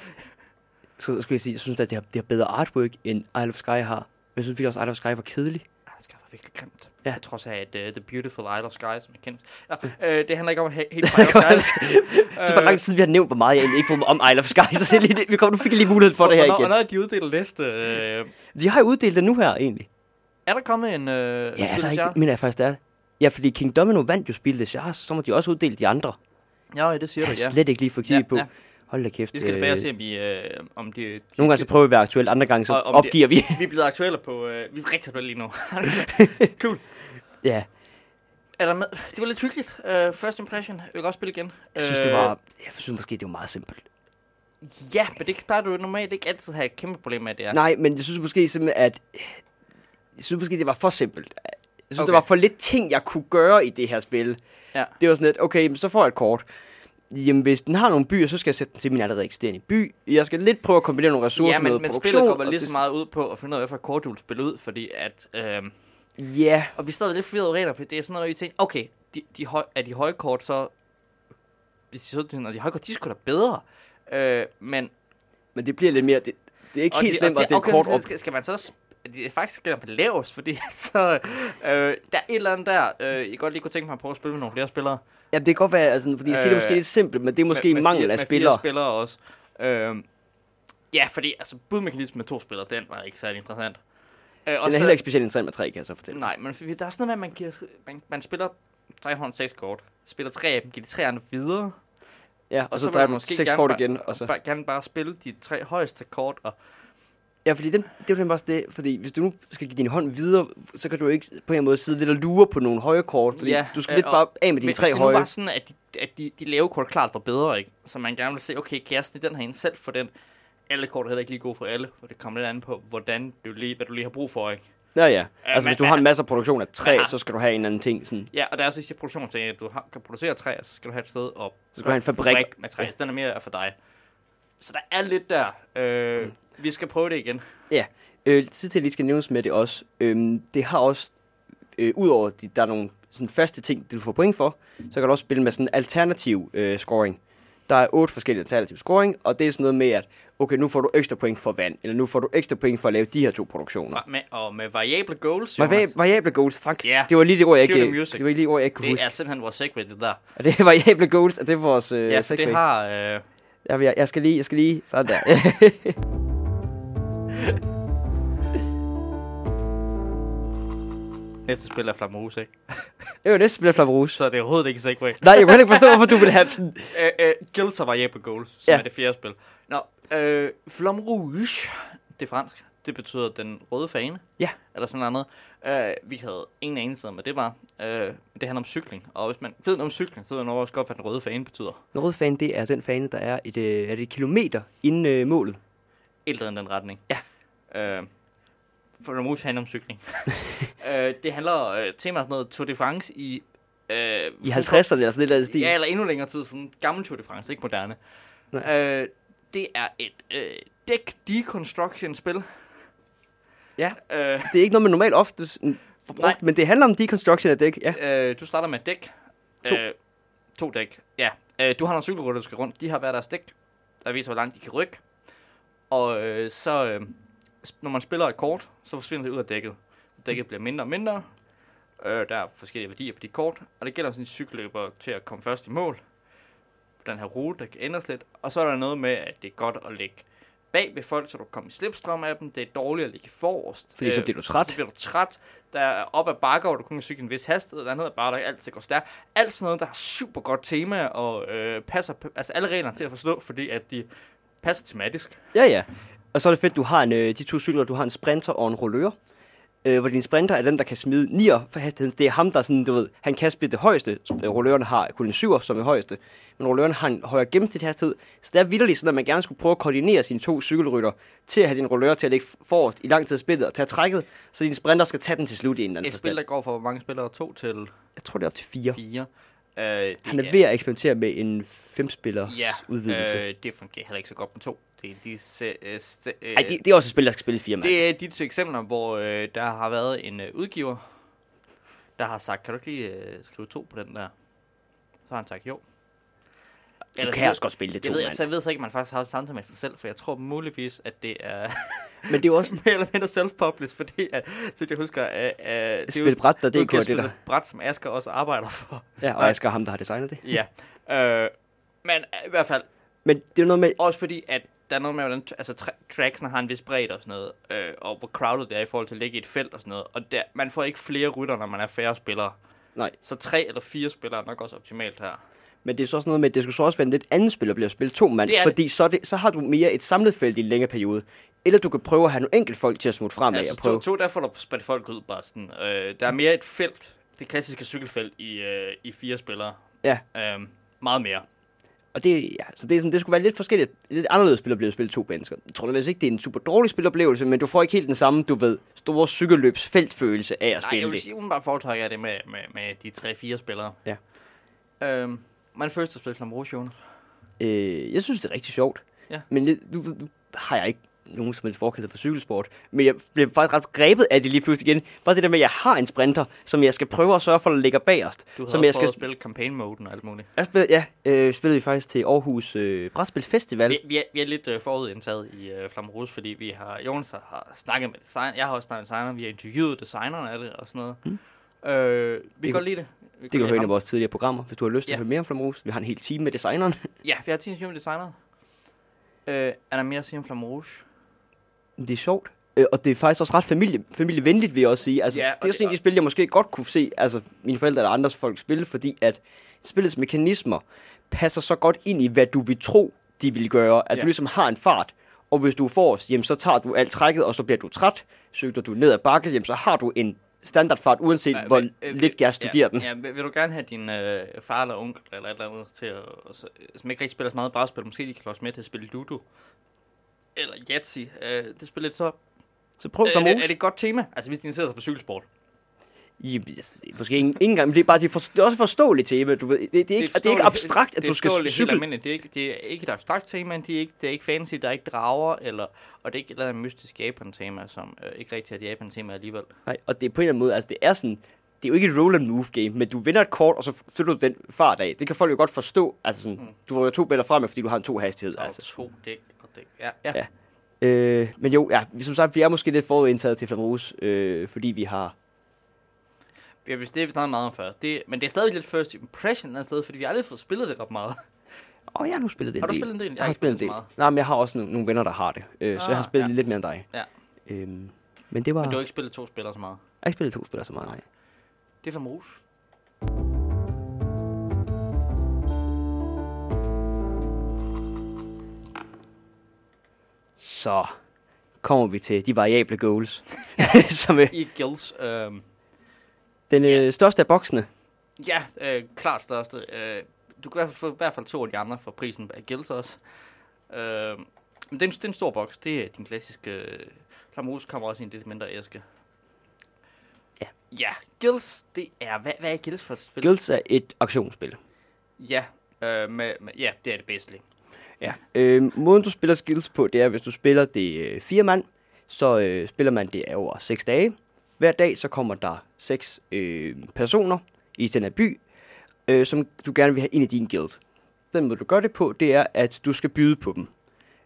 Så skal jeg sige, jeg synes, at det har bedre artwork, end Isle of Skye har. Jeg synes virkelig også, at Isle of Skye var kedelig. Isle of Skye var virkelig grimt. Ja. Jeg tror så, at The Beautiful Isle of Skye, som er kendt. Det handler ikke om helt på Isle of Skye. Jeg synes, hvor lang tid vi har nævnt, hvor meget jeg egentlig ikke får om Isle of Skye, så det er lidt, nu fik jeg lige mulighed for det her igen. Hvornår de uddeler næste? De har jo uddelt det nu her, egentlig. Er der kommet en... ja, der er ikke, men jeg faktisk er. Ja, fordi King Domino vandt jo Spil des Jahres, så må de også uddele de andre. Ja, det siger du, ja. Jeg har slet ikke lige fået kigget på. Hold da kæft. Vi skal tilbage og se, om de... Nogle gange så prøver vi at være aktuelle, andre gange så opgiver vi. Vi er blevet aktuelle på... vi er rigtig aktuelle lige nu. Cool. Ja. Er der med? Det var lidt hyggeligt. First impression. Jeg vil også spille igen. Jeg synes måske, det var meget simpelt. Ja, men det plejer du jo normalt ikke altid have et kæmpe problem med, det er. Nej, men jeg synes måske simpelthen, at... Jeg synes måske, det var for simpelt. Jeg synes, der var for lidt ting, jeg kunne gøre i det her spil. Ja. Det var sådan lidt, okay, så får jeg et kort. Jamen, hvis den har nogle byer, så skal jeg sætte den til min allerede eksisterende by. Jeg skal lidt prøve at kombinere nogle ressourcer med produktion. Men spillet går vel lige så meget ud på at finde ud af, hvad for kort du vil spille ud, fordi at... Ja. Og vi stadig lidt forvirret regler, for det er sådan noget, vi tænker, okay, de høje kort, så... Hvis de så, og de høje kort, de er sgu da bedre. Men det bliver lidt mere... Det er ikke helt slemt, at det er kort op. Skal man så... Det er faktisk gælder på lavest, fordi så... der er et eller andet der... jeg godt lige kunne tænke mig på at spille med nogle flere spillere. Ja, det kan godt være, altså, fordi jeg siger det måske lidt simpelt, men det er måske mangel af spillere. Med 4 spillere også. Ja, fordi altså, budmekanismen med 2 spillere, den var ikke særlig interessant. Den er heller ikke specielt interessant med 3, kan jeg så fortælle. Nej, men der er sådan noget med, at man spiller 306 kort, spiller 3 af dem, giver de 3 andre videre. Ja, og så drejer man 6 kort igen. Og så kan bare spille de 3 højeste kort, og... Ja, fordi det er jo bare det, fordi hvis du nu skal give din hånd videre, så kan du ikke på en måde sidde lidt og lure på nogle høje kort, fordi du skal lidt bare af med dine 3 høje. Men det var sådan, at de lave kort klart var bedre, ikke? Så man gerne vil se, okay, kan jeg snitte den her ind selv for den? Alle kort er heller ikke lige gode for alle, og det kommer lidt an på, hvad du lige har brug for, ikke? Ja. Altså, hvis du har en masse produktion af træ, så skal du have en anden ting, sådan. Ja, og der er også en produktion til, at du kan producere træ, så skal du have et sted og så skal du have en fabrik med træ. Den er mere for dig. Så der er lidt der. Vi skal prøve det igen. Ja. Tid til, at lige skal nævnes med det også. Det har også, udover der er nogle sådan faste ting, du får point for, så kan du også spille med sådan alternativ scoring. Der er 8 forskellige alternative scoring, og det er sådan noget med, at okay, nu får du ekstra point for vand, eller nu får du ekstra point for at lave de her 2 produktioner. Og med variable goals, Variable goals, tak. Yeah. Det var lige det ord, jeg ikke kunne huske. Det er simpelthen vores segway, det der. Og det er variable goals, og det er vores segway. Det har... Jeg skal lige, sådan der. Næste spil er Flammerhus, ikke? Det var næste spil af Flammerhus. Så det er overhovedet ikke segway. Nej, jeg kunne heller ikke forstå, hvorfor du ville have sådan... Guilds og variable goals, som er det 4. spil. Nå, Flammerhus, det er fransk. Det betyder den røde fane. Ja. Eller sådan noget andet. Vi havde ingen anelse om, hvad det var. Det handler om cykling. Og hvis man ved noget om cykling, så ved man også godt, hvad den røde fane betyder. Den røde fane, det er den fane, der er et kilometer inden målet. Et eller andet den retning. Ja. Flammerhus handler om cykling. Det handler temaet sådan noget Tour de France i 50'erne eller sådan et eller andet stil. Ja, eller endnu længere tid, sådan gammel Tour de France, ikke moderne. Det er et deck deconstruction spil. Ja, det er ikke noget, man normalt ofte brugt, men det handler om deconstruction af dæk, ja. Du starter med et dæk. 2 dæk, ja. Du har nogle cykelrytter, der skal rundt. De har hver deres dæk, der viser, hvor langt de kan rykke. Og når man spiller et kort, så forsvinder det ud af dækket. Dækket bliver mindre og mindre. Der er forskellige værdier på de kort, og det gælder sådan en cykelløber til at komme først i mål. Den her rute, der kan ændres lidt. Og så er der noget med, at det er godt at ligge bag ved folk, så du kommer i slipstrøm af dem. Det er dårligt at ligge forrest. Fordi så bliver du træt. Så bliver du træt. Der er op ad bakker, hvor du kun kan cykle en vis hastighed. Der er ned ad bakker, der altid går stærkt. Alt sådan noget, der har super godt tema og passer altså alle reglerne til at forstå, fordi at de passer tematisk. Ja. Og så er det fedt, du har de 2 cykler, du har en sprinter og en rullør. Hvor din sprinter er den, der kan smide 9'er for hastigheden. Det er ham, der sådan, du ved, han kan spille det højeste. Rulløren har kun en 7'er som er højeste. Men rulløren har en højere gennemsnitshastighed. Så det er vitterligt sådan, at man gerne skulle prøve at koordinere sine 2 cykelrytter til at have din rullør til at ligge forrest i lang tid af spillet og tage trækket, så din sprinter skal tage den til slut i en eller anden forstand. Et spil, der går for hvor mange spillere? 2 til? Jeg tror, det er op til 4. 4. Han er ved at eksperimentere med en 5-spillers udvidelse. Det fungerer heller ikke så godt med 2. Det er også et spil, der skal spille 4 mand. Det er de eksempler, hvor der har været en udgiver, der har sagt, kan du ikke lige skrive 2 på den der? Så har han sagt jo. Du kan også godt spille det 2 mand. Jeg ved så ikke, at man faktisk har samtidig med sig selv, for jeg tror muligvis, at det er... Men det er jo også mere eller mindre self-published, fordi at, så jeg husker, at det er jo bræt, der det er et bræt, som Asger også arbejder for. Ja, og Asger ham, der har designet det. Ja, men i hvert fald... Men det er noget med... Også fordi, at der er noget med, hvordan tracksene har en vis bredde og sådan noget, og hvor crowded det er i forhold til at ligge i et felt og sådan noget. Og man får ikke flere rytter, når man er færre spillere. Nej. Så 3 eller 4 spillere er nok også optimalt her. Men det er så også noget med, at det skulle så også være en lidt anden spil, der bliver spillet 2 mand, fordi så har du mere et samlet felt i en længere periode. Eller du kan prøve at have nogle enkelte folk til at smutte fremad og prøve. 2 der får du spredt folk ud bare sådan. Der er mere et felt, det klassiske cykelfelt i 4 spillere. Ja. Meget mere. Og så det er sådan, det skulle være lidt forskelligt, lidt anderledes spil at blive spillet 2 mennesker. Jeg tror ikke, det er en super dårlig spiloplevelse, men du får ikke helt den samme, du ved, store cykelløbs feltfølelse af at spille det. Nej, jeg vil sige, bare foretrækker det med de 3-4 spillere. Ja. Man føles at spille Flammerhus, Jonas? Jeg synes, det er rigtig sjovt. Ja. Men nu har jeg ikke nogen som helst forkærlighed for cykelsport. Men jeg blev faktisk ret grebet af det lige pludselig igen. Bare det der med, at jeg har en sprinter, som jeg skal prøve at sørge for, at ligger bagerst. Du har prøvet at spille campaign-moden og alt muligt. Spillede vi faktisk til Aarhus Brætspilsfestival. Vi er lidt forudindtaget i Flammerhus, fordi Jonas har snakket med designer. Jeg har også snakket med designer. Vi har interviewet designerne af det og sådan noget. Vi kan godt lide det. Det kan du høre i vores tidligere programmer, hvis du har lyst til at høre mere om Flammerhus. Vi har en hel team med designeren. Ja, vi har 10 timer med designeren. Er der mere at sige om Flammerhus? Det er sjovt. Og det er faktisk også ret familievenligt, vil jeg også sige. Altså, det er sådan de spil, jeg måske godt kunne se mine forældre eller andres folk spille, fordi at spillets mekanismer passer så godt ind i, hvad du vil tro, de vil gøre. At du ligesom har en fart, og hvis du er forrest, jamen, så tager du alt trækket, og så bliver du træt. Cykler du ned ad bakke, jamen, så har du en standardfart, uanset hvor lidt gas du giver den. Ja, vil du gerne have din far eller onkel eller et eller andet til at, som ikke rigtig spiller så meget brætspil, måske de kan også med til at spille Ludo eller Yahtzee. Det spiller lidt så prøv er det et godt tema? Altså hvis de interesserer sig for cykelsport. Måske ikke engang, men det er bare det er også et forståeligt tema. Du ved, det er ikke abstrakt, at du skal cykle. Det er ikke et abstrakt tema, det er ikke fancy, der er ikke drager, og det er ikke et eller andet mystisk Japan-tema, som ikke rigtig er et Japan-tema alligevel. Nej, og det er på en eller anden måde, altså det det er jo ikke et roll and move game, men du vinder et kort, og så flytter du den fart af. Det kan folk jo godt forstå. Altså sådan, du har jo 2 billeder frem, fordi du har en 2 hastighed. Altså 2 dæk og dæk. Ja. Men jo, som sagt, vi er måske lidt forudindtaget til Flamrose, fordi vi har... Ja, hvis det er vi snakket meget om før. Men det er stadig lidt first impression et sted, fordi vi har aldrig fået spillet det ret meget. Jeg har nu spillet det en del. Har du spillet en del? Jeg har spillet en del. Nej, men jeg har også nogle venner, der har det. Så jeg har spillet lidt mere end dig. Ja. Men det var... Men du har ikke spillet 2 spillere så meget? Jeg har ikke spillet 2 spillere så meget, nej. Det er Flamrose. Så kommer vi til de variable goals. som, I Guilds. Den største af boksene. Ja, klart største. Du kan i hvert fald 2 af de andre for prisen af Guilds også. Men det er en stor boks. Det er din klassiske... Flamrose kommer også i en lidt mindre æske. Ja, Guilds, det er... Hvad er Guilds for et spil? Guilds er et auktionsspil. Ja, ja, det er det basically. Ja, måden du spiller Guilds på, det er, hvis du spiller det 4 mand, så spiller man det over 6 dage. Hver dag, så kommer der 6 personer i den her by, som du gerne vil have ind i din guild. Den måde, du gør det på, det er, at du skal byde på dem.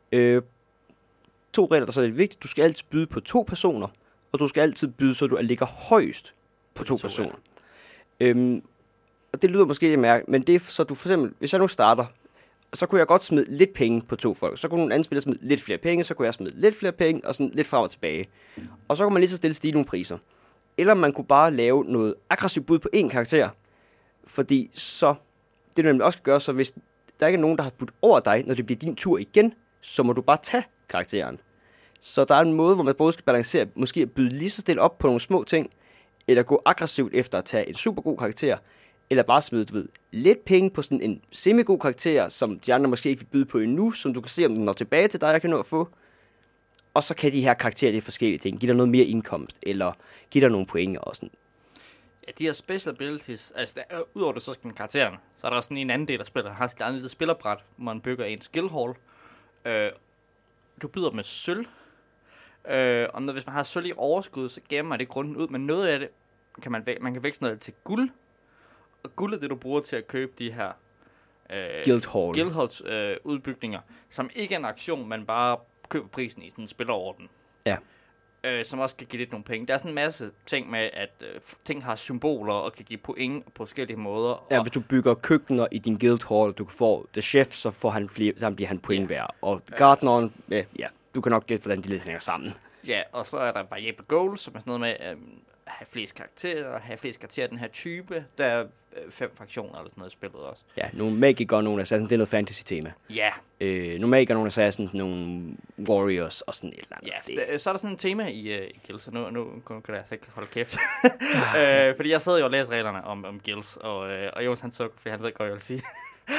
2 regler, der så er lidt vigtigt. Du skal altid byde på 2 personer, og du skal altid byde, så du ligger højst på 2 personer. Og det lyder måske lidt mærkeligt, men det er så du for eksempel, hvis jeg nu starter, så kunne jeg godt smide lidt penge på 2 folk. Så kunne nogle andre spillere smide lidt flere penge, så kunne jeg smide lidt flere penge, og sådan lidt frem og tilbage. Og så kunne man lige så stille stige nogle priser. Eller man kunne bare lave noget aggressivt bud på 1 karakter. Fordi så, det du nemlig også kan gøre, så hvis der ikke er nogen, der har budt over dig, når det bliver din tur igen, så må du bare tage karakteren. Så der er en måde, hvor man både skal balancere, måske at byde lige så stille op på nogle små ting, eller gå aggressivt efter at tage en super god karakter, eller bare smide, lidt penge på sådan en semi-god karakter, som de andre måske ikke vil byde på endnu, som du kan se, om den når tilbage til dig, jeg kan nå at få. Og så kan de her karakterer lidt forskellige ting. Giv dig noget mere indkomst, eller giv dig nogle point og sådan. Ja, de her special abilities, altså udover det så skal karakteren, så er der også en anden del af spillet, der har et lille spillerbræt, hvor man bygger en skill hall. Du byder med sølv, og hvis man har sølv i overskud, så gemmer man det grunden ud, men noget af det kan man kan vækste noget til guld, og guld er det, du bruger til at købe de her Guildhalls udbygninger, som ikke er en aktion, man bare køber prisen i sådan en spillerorden. Ja. Som også kan give lidt nogle penge. Der er sådan en masse ting med, at ting har symboler og kan give point på forskellige måder. Ja, hvis du bygger køkkener i din Guildhall, du kan få the chef, så får han flere, så bliver han point værd. Og gartneren, du kan nok gætte, hvordan de lidt hænger sammen. Ja, og så er der variable goals, som er sådan noget med at have flest karakterer af den her type. Der er 5 fraktioner eller sådan noget i spillet også. Ja, nogle magikere, nogle assassins, det er noget fantasy-tema. Ja. Nogle magikere, nogle assassins, nogle warriors og sådan et eller andet. Ja, så er der sådan en tema i Guilds, så nu kan jeg altså ikke holde kæft. Fordi jeg sad jo og læste reglerne om Guilds, og Jonas han så, for han ved godt, jeg vil sige.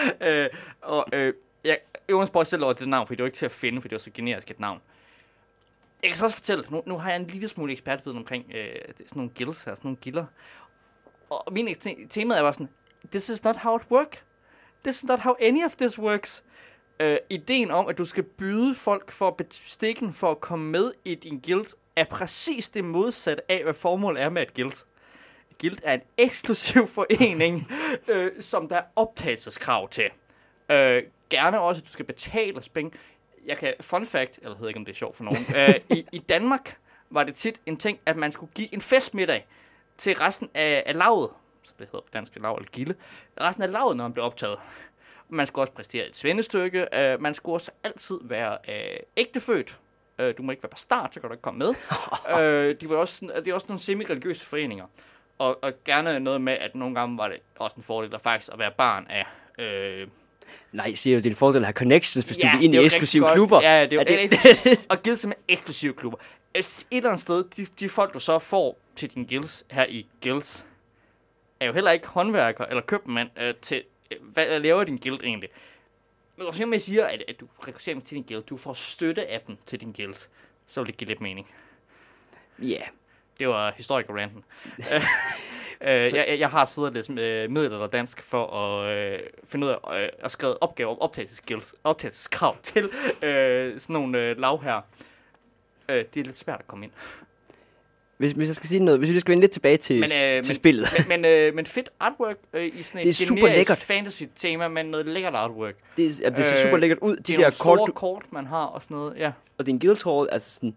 Jonas prøver selv over det navn, fordi det var ikke til at finde, fordi det var så generisk et navn. Jeg kan så også fortælle, nu har jeg en lille smule ekspertviden omkring sådan nogle guilds her, sådan nogle gilder. Og min temaet er bare sådan, this is not how it works. This is not how any of this works. Ideen om, at du skal byde folk for bestikken for at komme med i din guild, er præcis det modsatte af, hvad formålet er med et guild. Guild er en eksklusiv forening, som der er optagelseskrav til. Gerne også, at du skal betale os penge. Fun fact, eller hedder ikke, om det er sjovt for nogen. I Danmark var det tit en ting, at man skulle give en festmiddag til resten af lavet, så det hedder på dansk lav eller gilde, resten af lavet, når man blev optaget. Man skulle også præstere et svendestykke. Man skulle også altid være ægtefødt. Du må ikke være bastard, så kan du ikke komme med. Det er også nogle semi-religiøse foreninger. Og gerne noget med, at nogle gange var det også en fordel at faktisk at være barn af... Nej, siger du, det er en fordel at have connections, hvis du vil ind i eksklusive klubber. Ja, det er jo og guilds som eksklusive klubber. Et eller andet sted, de folk, du så får til din guilds her i guilds, er jo heller ikke håndværker eller købmand til, hvad laver din guild egentlig? Men hvis jeg siger, at du rekrutterer til din guild, du får støtte af dem til din guild, så vil det give lidt mening. Ja. Yeah. Det var historiker-ranten. Jeg har siddet og læst middelalder dansk for at finde ud af at skrive opgaver om optagelseskrav til sådan nogle lav her. Det er lidt svært at komme ind. Hvis jeg skal sige noget, hvis vi skal vende lidt tilbage til spillet. Men fedt artwork i sådan et generisk fantasy-tema, men noget lækkert artwork. Det ser super lækkert ud. De der store kort, man har og sådan noget, ja. Og det er en guildhall, altså sådan...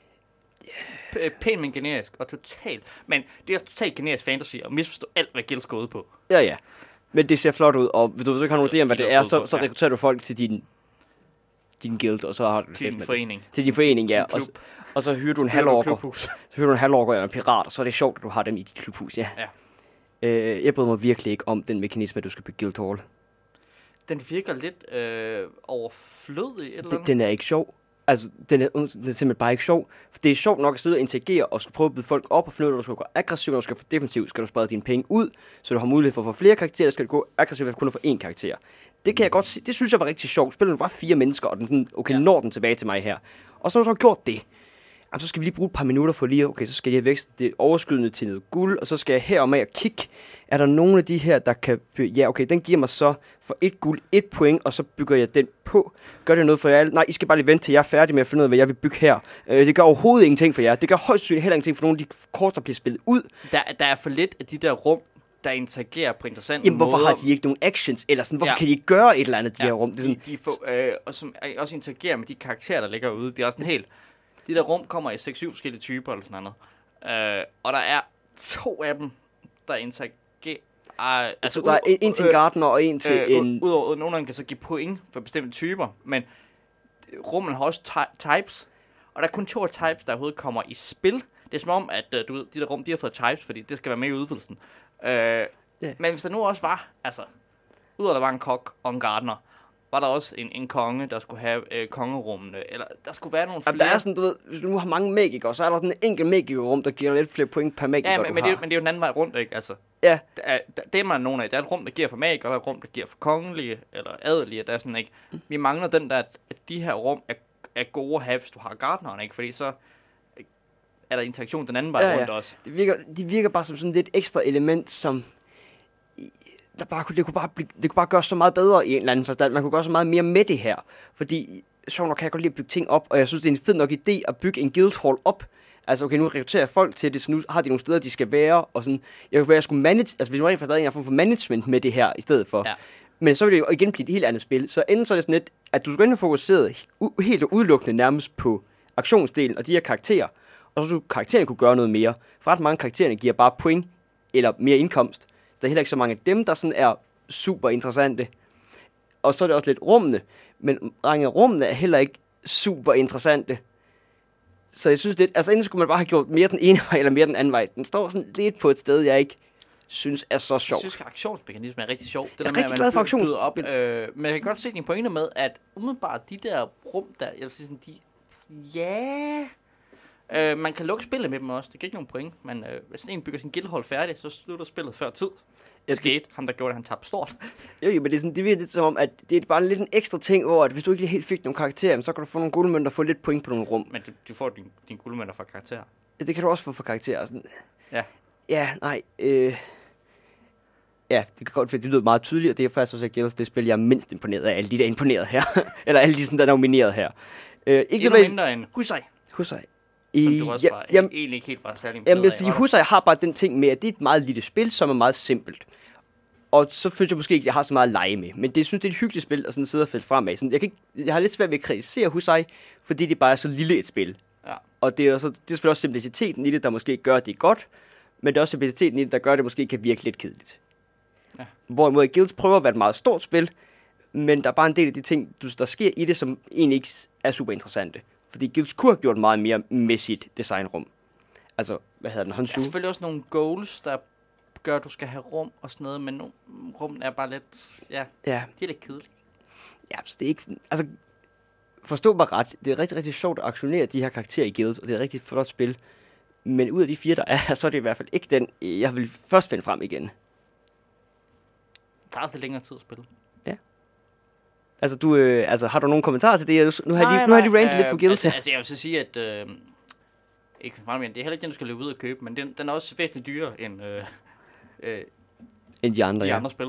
Pænt, men generisk og totalt. Men det er totalt generisk fantasy, og misforstå alt, hvad guilds går ud på. Ja. Men det ser flot ud, og hvis du ikke har nogen idé om, hvad det er, så rekrutterer du folk til din guild, og så har du det til din forening. Til din forening, ja. Og så hyrer du en halvorker eller en pirat, og så er det sjovt, at du har dem i dit klubhus, ja. Jeg bryder mig virkelig ikke om den mekanisme, at du skal bygge guildhall. Den virker lidt overflødig. Den er ikke sjov. Altså, den er simpelthen bare ikke sjov. For det er sjovt nok at sidde og interagere og skal prøve at byde folk op og finde ud af, at du skal gå aggressivt, når du skal få defensivt, skal du sprede dine penge ud, så du har mulighed for at få flere karakterer, skal du gå aggressivt for kun at få én karakter. Det kan jeg godt sige, det synes jeg var rigtig sjovt. Spillet var 4 mennesker, og den sådan, når den tilbage til mig her. Og så når du så har gjort det, så skal vi lige bruge et par minutter for lige, så skal jeg vækste det overskydende til noget guld, og så skal jeg heromad og kigge, er der nogle af de her, der kan, den giver mig så for 1 guld, 1 point, og så bygger jeg den på. Gør det noget for jer? Nej, I skal bare lige vente til jeg er færdig med at finde ud af, hvad jeg vil bygge her. Det gør overhovedet ingenting for jer. Det gør højst sandsynligt heller ingenting for nogle af de kort, der bliver spillet ud. Der er for lidt af de der rum, der interagerer på interessante måder. Hvorfor har de ikke nogen actions? Eller sådan, hvorfor kan de ikke gøre et eller andet, de her rum? Det er sådan, de får, og som også interagerer med de karakterer, der ligger ude. Det er også en helt... De der rum kommer i 6-7 forskellige typer eller sådan noget. Og der er 2 af dem, der interagerer. Altså der er en til en gardener og en til en... Udover nogle af dem kan så give point for bestemte typer, men rummen har også types. Og der er kun 2 types, der overhovedet kommer i spil. Det er som om, at du ved, de der rum, de har fået types, fordi det skal være med i udvidelsen. Men hvis der nu også var, altså, udover der var en kok og en gardener, var der også en konge, der skulle have kongerummene, eller der skulle være nogle flere... Der er sådan, du ved, hvis du nu har mange magikere, så er der sådan en enkelt magikerrum, der giver lidt flere point per magiker, men det er jo den anden vej rundt, ikke? Altså, ja. Det er man nogen af. Der er et rum, der giver for magikere, der er et rum, der giver for kongelige, eller adelige, der er sådan, ikke? Vi mangler den der, at de her rum er gode at have, hvis du har gartneren, ikke? Fordi så er der interaktion den anden vej rundt også. Det virker bare som sådan lidt ekstra element, som... Det kunne bare gøre så meget bedre i en eller anden forstand. Man kunne gøre så meget mere med det her. Fordi, sjovt nok kan jeg godt lide at bygge ting op, og jeg synes, det er en fed nok idé at bygge en guildhall op. Altså, nu rekrutterer jeg folk til det, så nu har de nogle steder, de skal være, og sådan... Jeg skulle manage... Altså, hvis nu rent faktisk havde en form for management med det her, i stedet for... Ja. Men så vil det jo igen blive et helt andet spil. Så enten så er det sådan lidt, at du skal ind fokuseret helt og udelukkende nærmest på aktionsdelen og de her karakterer, og så skulle karaktererne kunne gøre noget mere. For ret mange karaktererne giver bare point, eller mere indkomst. Så der er heller ikke så mange af dem, der sådan er super interessante. Og så er det også lidt rummene. Men mange af rummene er heller ikke super interessante. Så jeg synes lidt, altså enten skulle man bare have gjort mere den ene vej, eller mere den anden vej. Den står sådan lidt på et sted, jeg ikke synes er så sjovt. Jeg synes, at aktionsmekanismen er rigtig sjov. Jeg er rigtig glad for aktionsspil. Men jeg kan godt se dine pointer med, at umiddelbart de der rum, der, jeg vil sige sådan, man kan lukke spillet med dem også. Det giver ikke nogen point. Men hvis en bygger sin guildhall færdig, så slutter spillet før tid. Ham der gjorde det, han tabte stort. Jo, men det er sådan, det virker lidt som om, at det er bare lidt en ekstra ting, hvor at hvis du ikke lige helt fik nogle karakterer, så kan du få nogle guldmønter og få lidt point på nogle rum. Men du får din guldmønter fra karakterer. Ja, det kan du også få fra karakterer. Sådan. Ja. Ja, nej. Ja, det kan godt være, det lyder meget tydeligt, og det er faktisk også, at det spil, jeg er mindst imponeret af, alle de der er imponeret her. Eller alle de, sådan, der er nomineret her. Ikke mindre end Husej. Som du også egentlig ikke helt var særlig imponeret af. Fordi Husej har bare den ting med, at det er et meget lille spil, som er meget simpelt. Og så føler jeg måske ikke, at jeg har så meget at lege med. Men det synes det er et hyggeligt spil, at sådan sidde og fælde fremad. Sådan, jeg har lidt svært ved at kritisere Husej, fordi det bare er så lille et spil. Ja. Og det er selvfølgelig også simpliciteten i det, der måske gør, at det er godt. Men det er også simpliciteten i det, der gør, at det måske kan virke lidt kedeligt. Ja. Hvorimod Guilds prøver at være et meget stort spil, men der er bare en del af de ting, der sker i det, som egentlig ikke er super interessante. Fordi Guilds kunne have gjort meget mere med sit designrum. Altså, hvad hedder den? Der er selvfølgelig også nogle goals, der gør, at du skal have rum og sådan noget, men rummen er bare lidt, de er lidt kedelige. Ja, så det er ikke sådan, altså, forstå mig ret, det er rigtig, rigtig sjovt at aktionere de her karakterer i Guilds, og det er et rigtig flot spil. Men ud af de 4, der er, så er det i hvert fald ikke den, jeg vil først finde frem igen. Det tager også lidt længere tid at spille. Ja. Altså, har du nogle kommentarer til det? Nu har jeg lige ranket lidt på Guilds. Altså, jeg vil så sige, at ikke frem, det er heller ikke den, du skal løbe ud og købe, men den er også væsentligt dyrere end de andre spil.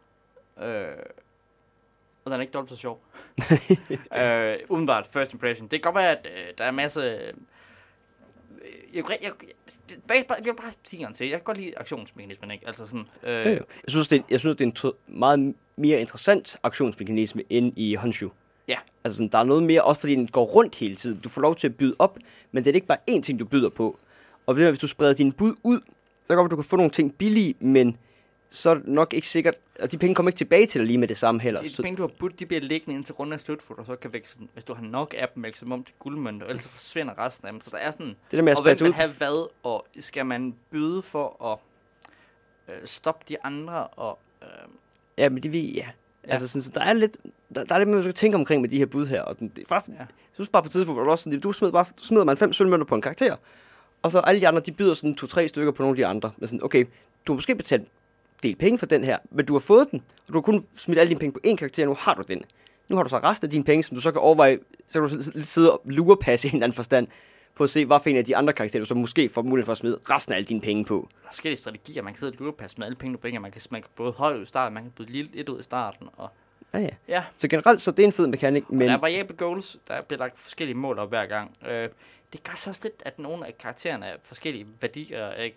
Og den er ikke dobbelt så sjov. Umiddelbart, first impression. Det kan godt være, at der er masse jeg vil bare sige en til. Jeg kan godt lide aktionsmekanismen, ikke? Altså sådan... Jeg synes, det er en meget mere interessant aktionsmekanisme end i Honshu. Ja. Altså sådan, der er noget mere, også fordi den går rundt hele tiden. Du får lov til at byde op, men det er ikke bare én ting, du byder på. Og hvis du spreder dine bud ud, så kan du kan få nogle ting billige, men så er det nok ikke sikkert, at de penge kommer ikke tilbage til dig lige med det samme heller. De penge, du har budt, de bliver liggende indtil runden er slut, for du så kan veksle, hvis du har nok af dem, veksle dem om til guldmønter, ellers så forsvinder resten af dem. Så der er sådan, det der med at og hvem ud. vil have hvad, og skal man byde for at stoppe de andre, og... Ja, men det vi, ja. Altså sådan, så der er lidt, der er lidt, man skal tænke omkring med de her bud her, og det er faktisk, jeg synes bare på tidspunkt, hvor du også sådan, du smider man 5 sølvmønter på en karakter, og så alle de andre, de byder sådan 2-3 stykker på nogle af de andre, men sådan, okay, du har måske betalt del penge for den her, men du har fået den, og du har kun smidt alle dine penge på én karakter, nu har du den. Nu har du så resten af dine penge, som du så kan overveje, så kan du sidde og lurepasse i en eller anden forstand, på at se, hvad for en af de andre karakterer, du så måske får mulighed for at smide resten af alle dine penge på. Der er forskellige strategier, man kan sidde og lurepasse med alle penge, du bringer. Man kan både holde ud i starten, man kan byde lidt ud i starten. Og ja. Så generelt, så det er en fed mekanik. Men der er variable goals, der bliver lagt forskellige mål op hver gang. Det gør så også lidt, at nogle af karaktererne er forskellige værdier, ikke?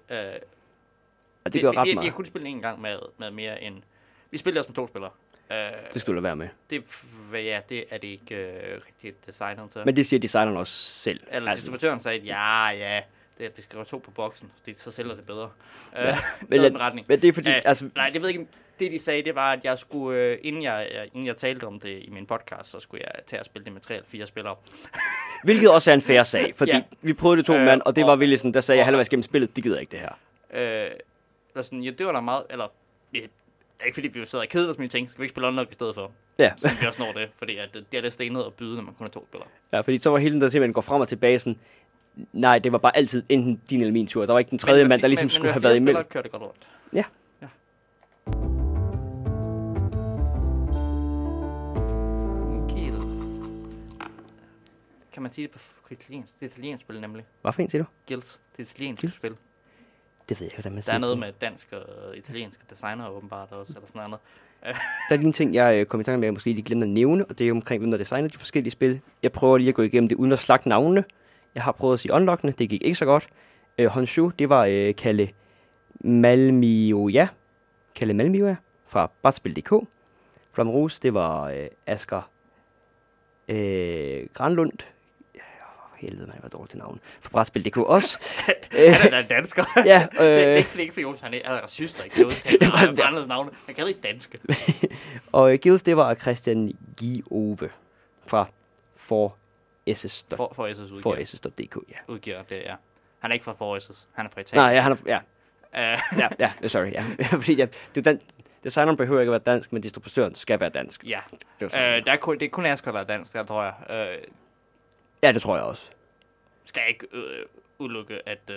Og det gør ret meget. Jeg kunne spille en gang med mere end... Vi spiller også med 2 spillere. Det skulle du lade være med. Det er det ikke rigtig designet til. Men det siger designeren også selv. Eller distributøren sagde, vi skal have 2 på boksen, så sælger det bedre. Men det er fordi... nej, det ved ikke. Det de sagde, det var, at jeg skulle, inden jeg talte om det i min podcast, så skulle jeg tage at spille det med 3 eller 4 spillere. Hvilket også er en fair sag, fordi vi prøvede det 2 mand, og det var virkelig sådan, der sagde jeg halvvejs gennem spillet, det gider ikke det her. Det var da meget, eller... Ikke fordi vi sidder og keder os med ting, skal vi ikke spille unlock i stedet for? Ja. Så vi også når det, fordi at det er lidt stenet at byde, når man kun har 2 spillere. Ja, fordi så var hele den der simpelthen går frem og tilbage sådan, nej, det var bare altid enten din eller min tur. Der var ikke den tredje mand, der ligesom skulle have været imellem. Men kører det godt rundt. Ja. Guilds. Kan man sige det på italiensk? Det er italiensk spil nemlig. Hvad for en siger du? Guilds. Det er italiensk spil. Det ved jeg ikke, hvordan man siger. Der er noget med dansk og italienske designer åbenbart også, eller sådan noget. Der er lige en ting, jeg kom i tanke med, jeg måske lige glemte at nævne, og det er omkring, hvem der designer de forskellige spil. Jeg prøver lige at gå igennem det uden at slagte navnene. Jeg har prøvet at sige unlockene, det gik ikke så godt. Honshu, det var Kalle Malmioja fra Brætspil.dk. Flamrose, det var Asger Granlund. Helvede, man var dårlig til navn. For Brætspil.dk også. Han er dansker. Ja, det er ikke for Jons, han er racist, ikke? Det er anderledes navne. Han kan ikke danske. Og Guilds, det var Christian Giove fra ForSS.dk, ja. Udgiver det, ja. Han er ikke fra ForSS, han er fra Italien. Nej, han er, sorry, ja. Fordi designeren behøver ikke at være dansk, men distributøren skal være dansk. Ja, det er kun Asger, der er dansk, der tror jeg. Ja, det tror jeg også. Skal jeg ikke udelukke, at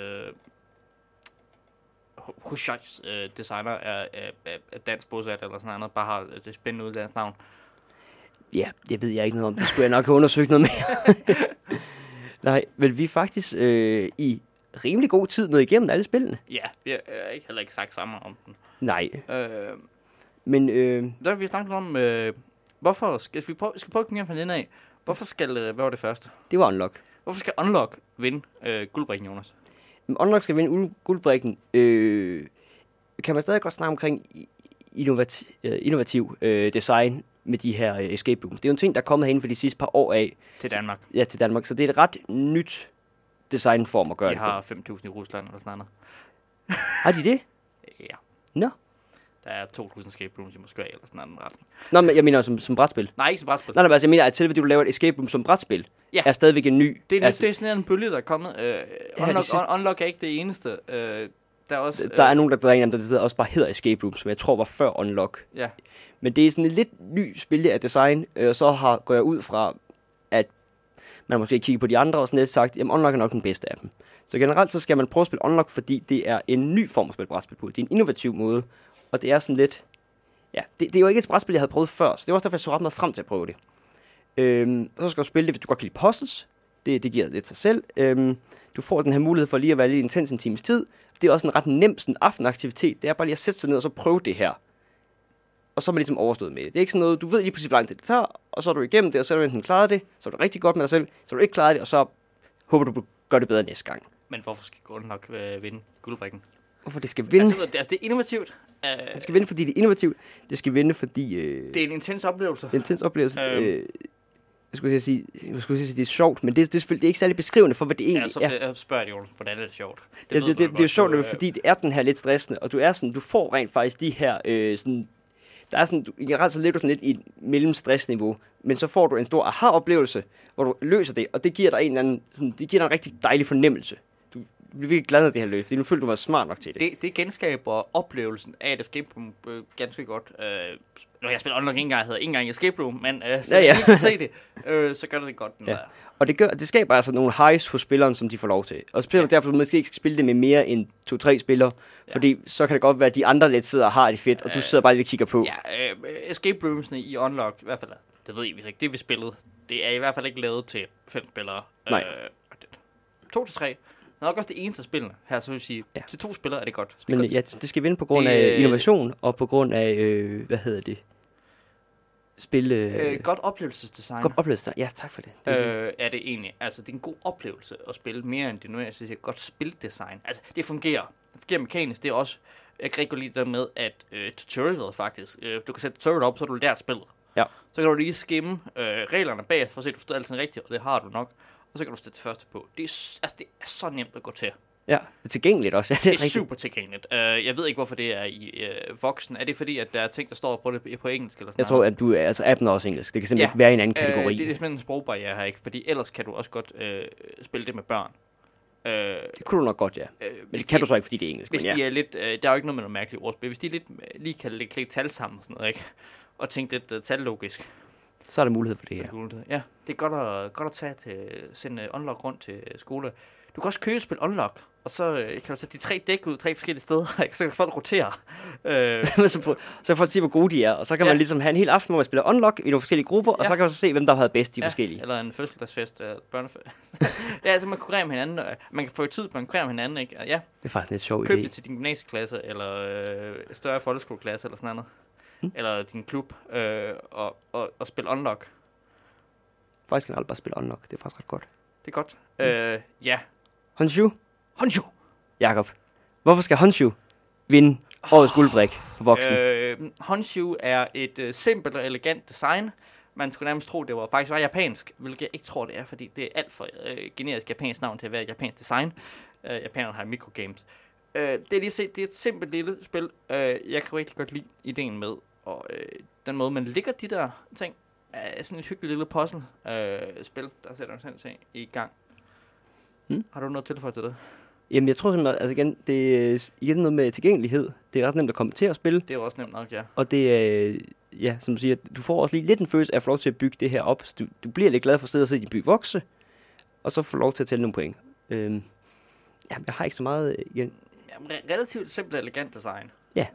Hushais designer er dansk bosat eller sådan noget, bare har det spændende udlandsk navn. Ja, det ved jeg ikke noget om. Det skulle jeg nok have undersøgt noget mere. Nej, men vi er faktisk i rimelig god tid nået igennem alle spillene. Ja, vi har heller ikke sagt sammen om den. Nej. Men der har vi snakket om, hvorfor skal vi prøve at komme hjem fra den af. Hvorfor skal, hvad var det første? Det var Unlock. Hvorfor skal Unlock vinde guldbrikken, Jonas? Unlock skal vinde guldbrikken. Kan man stadig godt snakke omkring innovativ design med de her escape rooms. Det er jo en ting, der er kommet herinde for de sidste par år af. Til Danmark. Ja, til Danmark. Så det er et ret nyt designform at gøre det på. De har 5.000 i Rusland eller sådan noget. Har de det? Ja. Nå. Der er 2.000 escape rooms i Moskva eller sådan noget retning. Nå, men jeg mener som brætspil. Nej, ikke som brætspil. Nej, altså jeg mener, at selve det, du laver et escape room som brætspil, er stadigvæk en ny. Det er sådan en bølge, der er kommet. Unlock er ikke det eneste. Der er også... Der er nogen, der en af dem, der også bare hedder escape room, som jeg tror var før Unlock. Ja. Men det er sådan et lidt ny spil af design, så går jeg ud fra, at man måske kigge på de andre og sådan lidt sagt, jamen Unlock er nok den bedste af dem. Så generelt så skal man prøve at spille Unlock, fordi det er en ny form at spille brætspil på. Det er en innovativ måde, og det er sådan lidt... Ja, det er jo ikke et brætspil, jeg havde prøvet før, så det var også derfor, jeg så ret meget frem til at prøve det. Så skal du spille det, hvis du godt kan lide puzzles. Det giver lidt sig selv. Du får den her mulighed for lige at være lidt intens en times tid. Det er også en ret nem sådan aftenaktivitet. Det er bare lige at sætte sig ned og så prøve det her. Og så er man ligesom overstået med det. Det er ikke sådan noget, du ved lige præcis, hvor lang tid det tager, og så er du igennem det, og så er du enten klaret det, så er du rigtig godt med dig selv, så er du ikke klaret det, og så håber du gør det bedre næste gang. Men hvorfor skal Golden nok vinde guldbrikken? Hvorfor det skal vinde? Altså, det er innovativt. Det skal vinde, fordi det er innovativt. Det skal vinde, fordi... det er en intens oplevelse. Det er en intens oplevelse. Jeg skulle sige, det er sjovt, men det er selvfølgelig det er ikke særlig beskrivende for, hvad det egentlig er. Ja, så spørger de jo, hvordan er det sjovt? Det er jo sjovt, fordi det er den her lidt stressende, og du får rent faktisk de her, der er sådan, generelt så lever du sådan lidt i et mellemstressniveau, men så får du en stor aha-oplevelse, hvor du løser det, og det giver dig en eller anden, det giver dig en rigtig dejlig fornemmelse. Du bliver virkelig glad af det her løb, fordi du føler, du var smart nok til det. Det genskaber oplevelsen af et escape room ganske godt. Når jeg spiller online ikke engang escape room, men så jeg kan se det, så gør det godt. Og det skaber altså nogle highs hos spilleren, som de får lov til. Og spillerne derfor måske ikke skal spille det med mere end 2-3 spillere, fordi så kan det godt være, at de andre lidt sidder og har det fedt, og du sidder bare lidt og kigger på. Escape roomsene i Unlock, i hvert fald, det ved I ikke, det vi spillede, det er i hvert fald ikke lavet til 5 spillere. Nej. 2-3. Nok også det eneste spillene her, så vil jeg sige, til 2 spillere er det godt. Men det skal vinde på grund af innovation, og på grund af, godt oplevelsesdesign. Godt oplevelsesdesign, ja, tak for det. Er det egentlig. Altså, det er en god oplevelse at spille mere end det nu, jeg synes, godt spildesign. Altså, det fungerer mekanisk. Det er også, jeg kan rigtig godt lide det med, at tutorialet faktisk, du kan sætte tutorialet op, så du lært spillet. Ja. Så kan du lige skimme reglerne bag, for at se, at du forstår alting rigtigt, og det har du nok. Og så kan du sætte det første på. Det er så nemt at gå til. Ja, det er tilgængeligt også. Ja, det er super tilgængeligt. Jeg ved ikke, hvorfor det er i voksen. Er det fordi, at der er ting, der står på det på engelsk? Eller sådan jeg tror, at appen er også engelsk. Det kan simpelthen ikke være i en anden kategori. Det er simpelthen en sprogbarriere her, ikke? Fordi ellers kan du også godt spille det med børn. Det kunne du nok godt, ja. Men det kan du så ikke, fordi det er engelsk. Hvis de er lidt, der er jo ikke noget med noget mærkeligt ordspil. Hvis de lige kan lægge tal sammen og sådan noget, ikke? Og tænke lidt tallogisk. Så er der mulighed for det her. Ja, det er godt at sende Unlock rundt til skole. Du kan også købe spil Unlock, og så kan du sætte de 3 dæk ud 3 forskellige steder, ikke? Så kan folk rotere. Så kan folk se, hvor gode de er, og så kan man ligesom have en hel aften, hvor man spiller Unlock i nogle forskellige grupper, og så kan man så se, hvem der har bedst de forskellige. Eller en fødselsdagsfest, børnefest. Ja, så man konkurrerer med hinanden. Man kan få tid, man konkurrerer med hinanden, ikke? Ja. Det er faktisk en lidt sjov idé. Køb det til din gymnasieklasse, eller større folkeskoleklasse, eller sådan noget. Eller din klub, og spille Unlock. Faktisk kan alle bare spille Unlock, det er faktisk ret godt. Det er godt. Ja. Honshu? Jakob. Hvorfor skal Honshu vinde årets guldbrik for voksen? Honshu er et simpelt og elegant design. Man skulle nærmest tro, det faktisk var japansk, hvilket jeg ikke tror, det er, fordi det er alt for generisk japansk navn til at være et japansk design. Japanerne har microgames. Det er et simpelt lille spil. Jeg kan rigtig godt lide ideen med, og den måde, man ligger de der ting, er sådan et hyggeligt lille puzzle-spil, der sætter en ting i gang. Har du noget tilføje til det? Jamen, jeg tror simpelthen, altså igen, det er igen noget med tilgængelighed. Det er ret nemt at komme til at spille. Det er også nemt nok, ja. Og det er, ja, som du siger, du får også lige lidt en følelse af at få lov til at bygge det her op. Så du bliver lidt glad for at sidde og se din by vokse, og så få lov til at tælle nogle point. Jamen, jeg har ikke så meget igen. Jamen, relativt simpelt elegant design. Ja.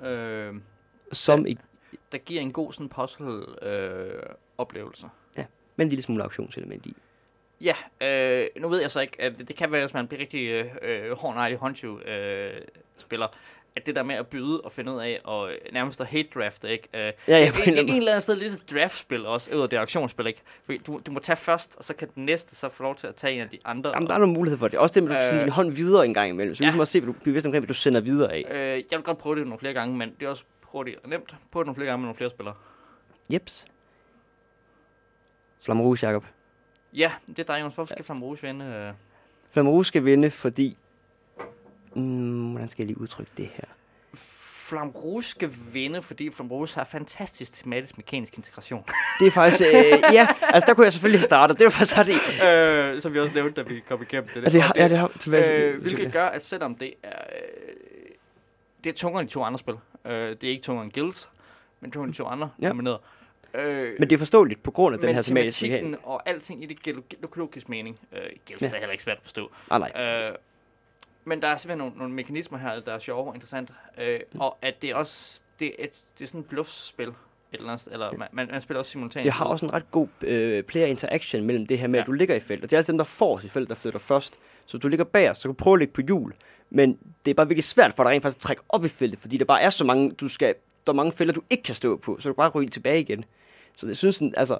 Der giver en god sådan puzzle-oplevelse. Ja, med en lille smule auktionselement i. Ja, nu ved jeg så ikke, at det kan være, hvis man bliver rigtig hårdnejlig Honshu-spiller, at det der med at byde og finde ud af, og nærmest at hate-drafte, ikke? Det er en eller anden sted lidt et draftspil også, ud af det auktionsspil, ikke? Fordi du må tage først, og så kan den næste så få lov til at tage en af de andre. Jamen, der er nogle mulighed for det. Også det med, at du sender din hånd videre en gang imellem. Så du må også se, hvad du bevidst omkring, hvad du sender videre af. Jeg vil godt prøve det nogle flere gange, men det er også hurtigt og nemt. Prøve det nogle flere gange med nogle flere spillere. Jeps. Flamme Rouge, Jacob. Ja, det er dig, Jonas. Hvorfor skal Flamme Rouge vinde? Flamme Rouge skal vinde, fordi... hvordan skal jeg lige udtrykke det her? Flamme Rouge skal vinde, fordi Flamme Rouge har fantastisk tematisk mekanisk integration. Det er faktisk... ja, altså der kunne jeg selvfølgelig have startet. Det var faktisk det. Som vi også nævnte, da vi kom igennem det. Det har hvilket gør, at selvom det er... det er tungere end de 2 andre spil. Det er ikke tungere end Guilds, men tungere end de 2 andre nomineret. Men det er forståeligt på grund af den her tematiske mekanikken og alting i det giver logisk mening. Guilds er heller ikke svært at forstå. Nej. Men der er simpelthen nogle mekanismer her, der er sjove og interessante. Og at det er også det er sådan et bluffspil. Eller man spiller også simultant. Det har også en ret god player interaction mellem det her med, at du ligger i felt. Og det er altså dem, der får i felt, der flytter først. Så du ligger bag os, så kan du prøve at ligge på hjul. Men det er bare virkelig svært for dig rent faktisk at trække op i feltet, fordi der bare er så mange, der er mange felter, du ikke kan stå på. Så du bare ryger tilbage igen. Så jeg synes, altså,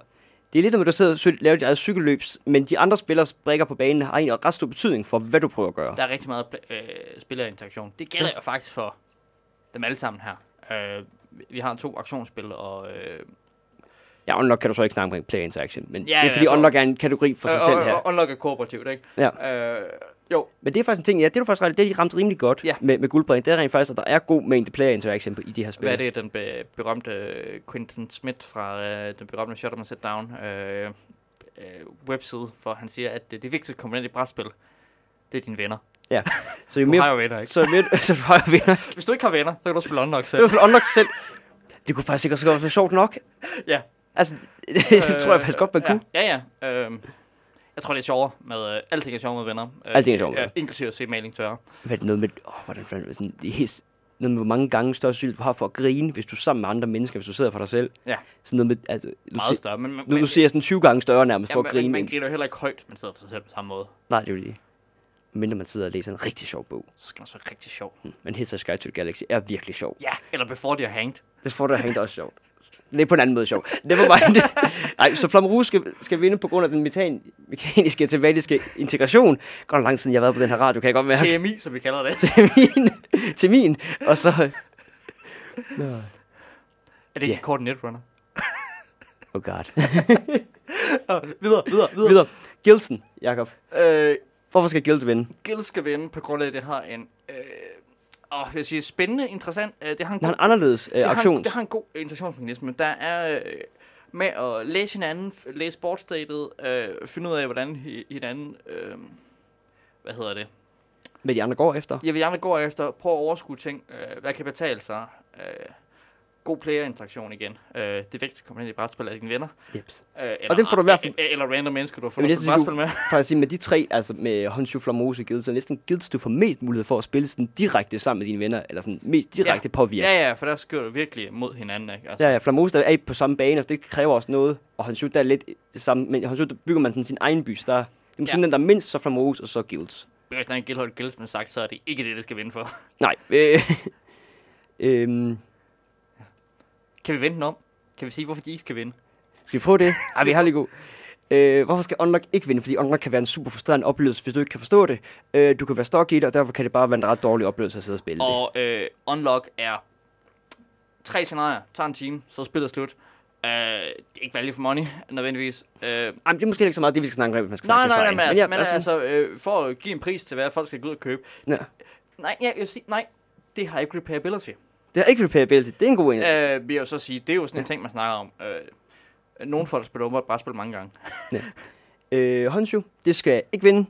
Det er lidt, når du sidder og laver dit eget cykelløbs, men de andre spillers brikker på banen har egentlig ret stor betydning for, hvad du prøver at gøre. Der er rigtig meget spillerinteraktion. Det gælder jo faktisk for dem alle sammen her. Vi har 2 aktionsspil, og... Ja, Unlock kan du så ikke snakke om player interaction, men ja, det er fordi Unlock er en kategori for sig selv her. Unlock er kooperativt, ikke? Ja. Jo. Men det er faktisk en ting, ja, det er du faktisk ret, det er de ramt rimelig godt med Guldbring. Det er rent faktisk, at der er god mængde player interaction i de her spil. Hvad er det, den berømte Quentin Smith fra den berømte Shut Up and Sit Down webside, for han siger, at det vigtigste komponent i brætspil, det er dine venner. Ja. Så du har jo venner, ikke? Så du har jo venner. Hvis du ikke har venner, så kan du spille Unlock selv. Så kan du spille Unlock selv. Det kunne faktisk sikkert være sjovt nok. Ja. Altså, det tror jeg faktisk godt, man kunne. Ja. Jeg tror, det er sjovere med... alting er sjovere med venner. Alting er sjovere med venner. Inklusive at se maling tørre. Hvad er det noget med... hvordan fanden... Sådan, det er helt, noget med, hvor mange gange større syld du har for at grine, hvis du er sammen med andre mennesker, hvis du sidder for dig selv. Ja. Sådan noget med... Altså, meget større. Men nu siger jeg sådan 20 gange større nærmest for at grine. Man griner jo heller ikke højt, man sidder for sig selv på samme måde. Nej, det er jo det. Mindre man sidder og læser en rigtig sjov bog. Så skal det være rigtig sjov. Men Hitchhiker's Guide to the Galaxy er virkelig sjov. Ja, eller Before They Are Hanged. Before They Are Hanged er også sjovt. Det er på en anden måde sjovt. Det var bare Nej, så Flamme Rouge skal vinde på grund af den mekaniske og tematiske integration. Godt lang siden jeg har været på den her radio, kan jeg godt mærke. TMI, som vi kalder det. Temin. Og så... Er det ikke kort Netrunner? Oh god. Videre. Gilson, Jakob. Hvorfor skal Gilds vinde? Gilds skal vinde på grund af, at det har en... vil jeg sige, spændende, interessant. Det har en anderledes aktions. Det har en god integrationsmekanisme. Der er med at læse hinanden, læse boardstatet, finde ud af, hvordan hinanden... hvad hedder det? Hvad de andre går efter? Ja, hvad de andre går efter. Prøv at overskue ting. Hvad kan betale sig? God player-interaktion igen. Det vigtigste komponent i brætspil er dine venner. Jeps. Og det får du i hvert fald... Eller random mennesker, du har fundet brætspil med. Faktisk sige, med de 3, altså med Honshu, Flamose og Gilds, så næsten Gilds, du får mest mulighed for at spille sådan direkte sammen med dine venner, eller sådan mest direkte påvirke. Ja, for der sker du virkelig mod hinanden, ikke? Altså. Ja, Flamose der er på samme bane, og det kræver også noget, og Honshu der er lidt det samme, men Honshu der bygger man sådan sin egen by, så der, det er måske den, der er mindst, så Flamose og så Gilds. Hvis der er en Gilds, men sagt, så er det ikke det skal vinde for. Nej, Kan vi vende den om? Kan vi sige, hvorfor de ikke skal vinde? Skal vi prøve det? Ej, vi har lige god. Hvorfor skal Unlock ikke vinde? Fordi Unlock kan være en super frustrerende oplevelse, hvis du ikke kan forstå det. Du kan være stok i det, og derfor kan det bare være en ret dårlig oplevelse at sidde og spille det. Og Unlock er 3 scenarier, tager en time, så spiller slut. Det er ikke value for money, nødvendigvis. Jamen, det er måske ikke så meget det, vi skal snakke om, hvis man skal snakke design. Nej, for at give en pris til, hvad folk skal gå ud og købe. Ja. Jeg vil sige, nej, det har ikke replayability. Det har ikke replayability, det er en god en. Vi jo så sige, det er jo sådan en ting, man snakker om. Nogle folk spiller åbenbart bare spille mange gange. Honshu, det skal ikke vinde.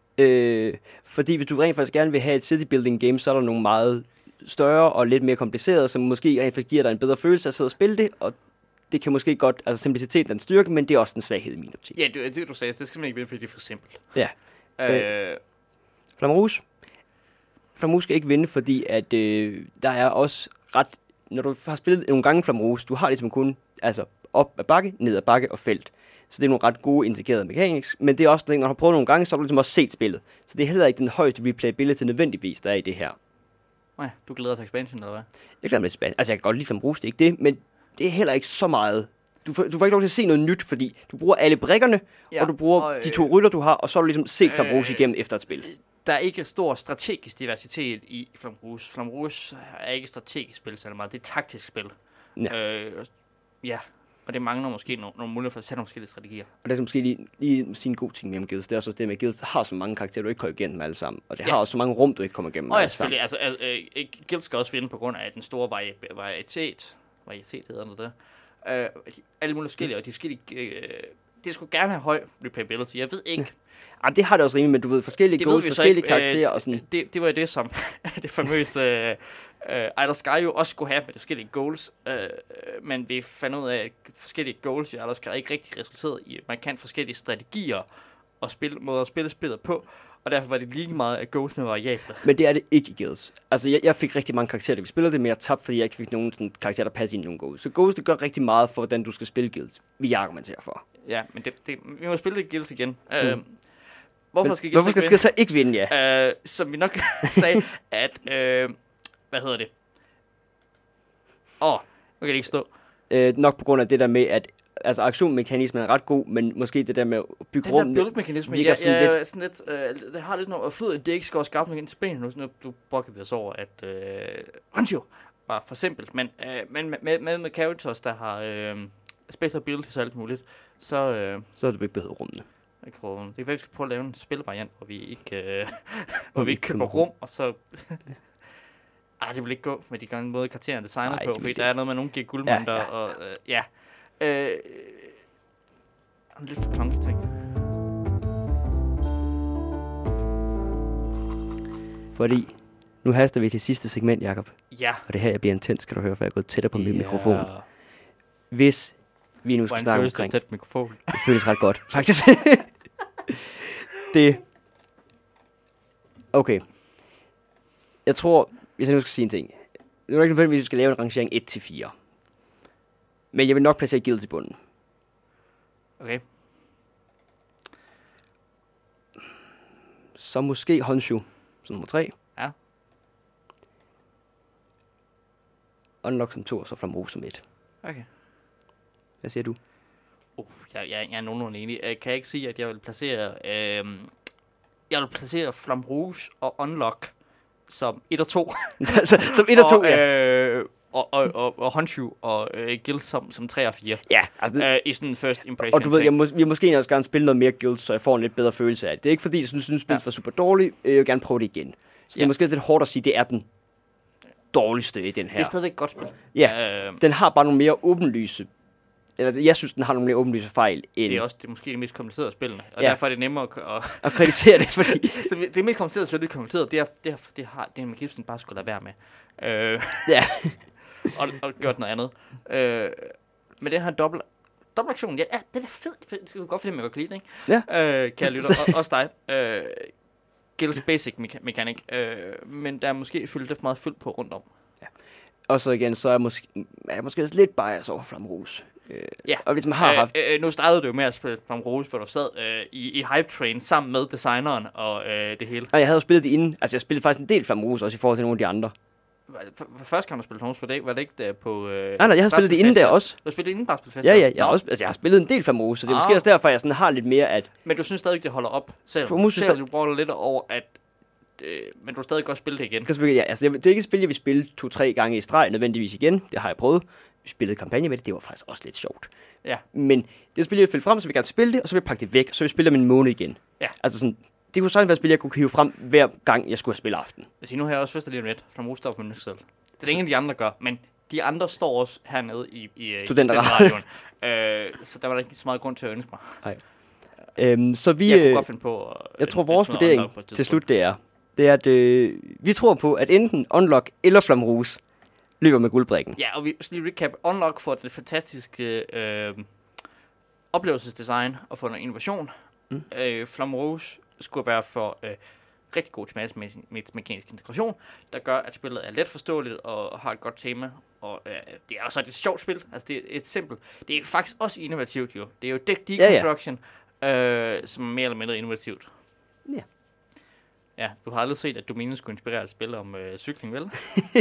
Fordi hvis du rent faktisk gerne vil have et city building game, så er der nogle meget større og lidt mere komplicerede, som måske rent faktisk giver dig en bedre følelse af at sidde og spille det, og det kan måske godt, altså simplicitet er en styrke, men det er også en svaghed i min optik. Ja, det du sagde, det skal man ikke vinde, fordi det er for simpelt. Ja. Flamme Rouge skal ikke vinde, fordi at der er også ret, når du har spillet nogle gange Flamme Rouge, du har ligesom kun altså op ad bakke, ned ad bakke og felt. Så det er nogle ret gode integrerede mechanics, men det er også når du har prøvet nogle gange, så har du ligesom også set spillet. Så det er heller ikke den højeste replayability nødvendigvis, der er i det her. Nej, du glæder dig til expansion, eller hvad? Jeg glæder mig til expansion. Altså jeg kan godt lide Flamme Rouge, det er ikke det, men det er heller ikke så meget. Du får ikke lov til at se noget nyt, fordi du bruger alle brikkerne, og du bruger de 2 rytter, du har, og så har du ligesom set Flamme Rouge igennem efter et spil. Der er ikke stor strategisk diversitet i Flamme Rouge. Flamme Rouge er ikke strategisk spil så meget, det er taktisk spil. Ja. Og det mangler måske nogle muligheder for at sætte nogle forskellige strategier. Og det er måske lige sin god ting med Guilds. Det er også det med, at Guilds har så mange karakterer, du ikke kommer igennem alle sammen. Og det har også så mange rum, du ikke kommer igennem alle sammen. Altså, Guilds skal også vinde på grund af den store varietet hedder det der. Alle mulige forskellige, og de forskellige... det skulle gerne have høj replayability. Jeg ved ikke... Ja, det har det også rimeligt, men du ved, forskellige goals, forskellige karakterer og sådan... Det var det, som det famøse... Idle Sky jo også skulle have med de forskellige goals, men vi fandt ud af, at forskellige goals i Idle Sky ikke rigtig resulterede i, at man kan forskellige strategier og måder at spille spillet på, og derfor var det lige meget, at goalsene var variable. Men det er det ikke i Guilds. Altså, jeg fik rigtig mange karakterer, der vi spillede det, men jeg tabte, fordi jeg ikke fik nogen sådan, karakterer, der passer ind i nogle goals. Så goals, det gør rigtig meget for, hvordan du skal spille Guilds. Vi argumenterer for. Ja, men vi må spille det Guilds igen. Hvorfor skal så ikke vinde, ja? Som vi nok sagde, at... hvad hedder det? Nu kan det ikke stå. Nok på grund af det der med, at altså aktionmekanismen er ret god, men måske det der med at bygge rum... Den der build-mekanisme, sådan lidt, det har lidt noget at flyde, det ikke skal også skabe noget til benene nu, sådan du brokker vi os over, at Rancho var for simpelt, men med characters, der har special abilities og alt muligt, så er det ikke bedre rummene. Det kan være, vi skal prøve at lave en spilvariant, hvor vi ikke køber rum, og så... det vil ikke gå med de gange måde karakteren designer på, fordi der er noget med nogle giver guldmønter, og lidt for klonke ting. Fordi nu haster vi til sidste segment, Jakob. Ja. Og det her, jeg bliver intens, skal du høre, for jeg er gået tættere på min mikrofon. Hvis vi nu skal snakke omkring... tæt mikrofon? Det føles ret godt, faktisk. Okay. Jeg tror, hvis jeg nu skal sige en ting. Det er ikke nødvendigt, at vi skal lave en rangering 1-4. Men jeg vil nok placere Guild i bunden. Okay. Så måske Honshu som nummer 3. Ja. Unlock som 2, og så Flamrose som 1. Okay. Hvad siger du? Jeg er nogenlunde enig. Kan jeg ikke sige, at jeg vil placere Flamrouge og Unlock som 1 og 2. Som 1 og 2, ja. Og Honshu og Guild som 3 og 4. Ja, altså i sådan en first impression. Og du ved, vi vil måske også gerne spille noget mere Guild, så jeg får en lidt bedre følelse af det. Det er ikke fordi, jeg synes spillet var super dårligt. Jeg vil gerne prøve det igen. Så det er måske lidt hårdt at sige, at det er den dårligste i den her. Det er stadigvæk et godt spil. Ja, den har bare nogle mere åbenlyse... Eller jeg synes, den har nogle mere åbenlyse fejl end... Det er måske det mest komplicerede spil, og derfor er det nemmere at kritisere det, fordi... Så det mest komplicerede spil, det er kompliceret, det har Gibson bare skulle lade være med. Ja. og gjort noget andet. Men den her dobbeltaktion, ja, den er fed. Det er godt, fordi man godt kan lide det, ikke? Ja. Kan jeg lytte, også dig. Guild's basic mechanic, men der er måske fyldt lidt meget fyldt på rundt om. Ja. Og så igen, så er jeg måske lidt bias over Flamrouge. Ja, og hvis man har haft... nu startede du jo med at spille Flamrouge, for du sad i Hype Train sammen med designeren og det hele. Og jeg havde jo spillet det inden. Altså, jeg spillede faktisk en del Flamrouge, også i forhold til nogle af de andre. For første gang du spillede Flamrouge, var det ikke på... Nej, jeg havde spillet det inden der også. Du spillede inden Basketball Festival? Ja, jeg har spillet en del Flamrouge, så det er måske også derfor, jeg sådan har lidt mere at... Men du synes stadig, det holder op, selv du bruger lidt over, at... men du stadig godt spille det igen. Ja, altså, det er ikke et spil, jeg vil spille 2-3 gange i streg, nødvendigvis igen. Det har jeg prøvet. Vi spillede kampagne med det var faktisk også lidt sjovt. Ja. Men det spil, jeg vil frem, så vil jeg gerne spille det, og så vil jeg pakke det væk, og så vil jeg spille om en måned igen. Ja. Altså sådan, det kunne sådan være et spil, jeg kunne hive frem hver gang, jeg skulle have spillet aften. Altså, nu har jeg også først lige om lidt, Flamrouge står på mig selv. Det er det ingen af de andre gør, men de andre står også hernede i studenterradioen. Så der var der ikke så meget grund til at ønske mig. Nej. Så vi... Jeg kunne godt finde på... jeg tror, vores vurdering til slut, det er, at vi tror på, at enten Unlock eller Flamrouge løber med guldbrikken. Ja, og vi skal lige recap. Unlock for det fantastiske oplevelsesdesign og for noget innovation. Flamrouge skulle være for rigtig god mekanisk integration, der gør, at spillet er let forståeligt og har et godt tema. Og det er også et sjovt spil. Altså, det er et simpelt. Det er faktisk også innovativt, jo. Det er jo deck deconstruction, som er mere eller mindre innovativt. Ja. Ja, du har aldrig set, at Dominion skulle inspirere et spil om cykling, vel?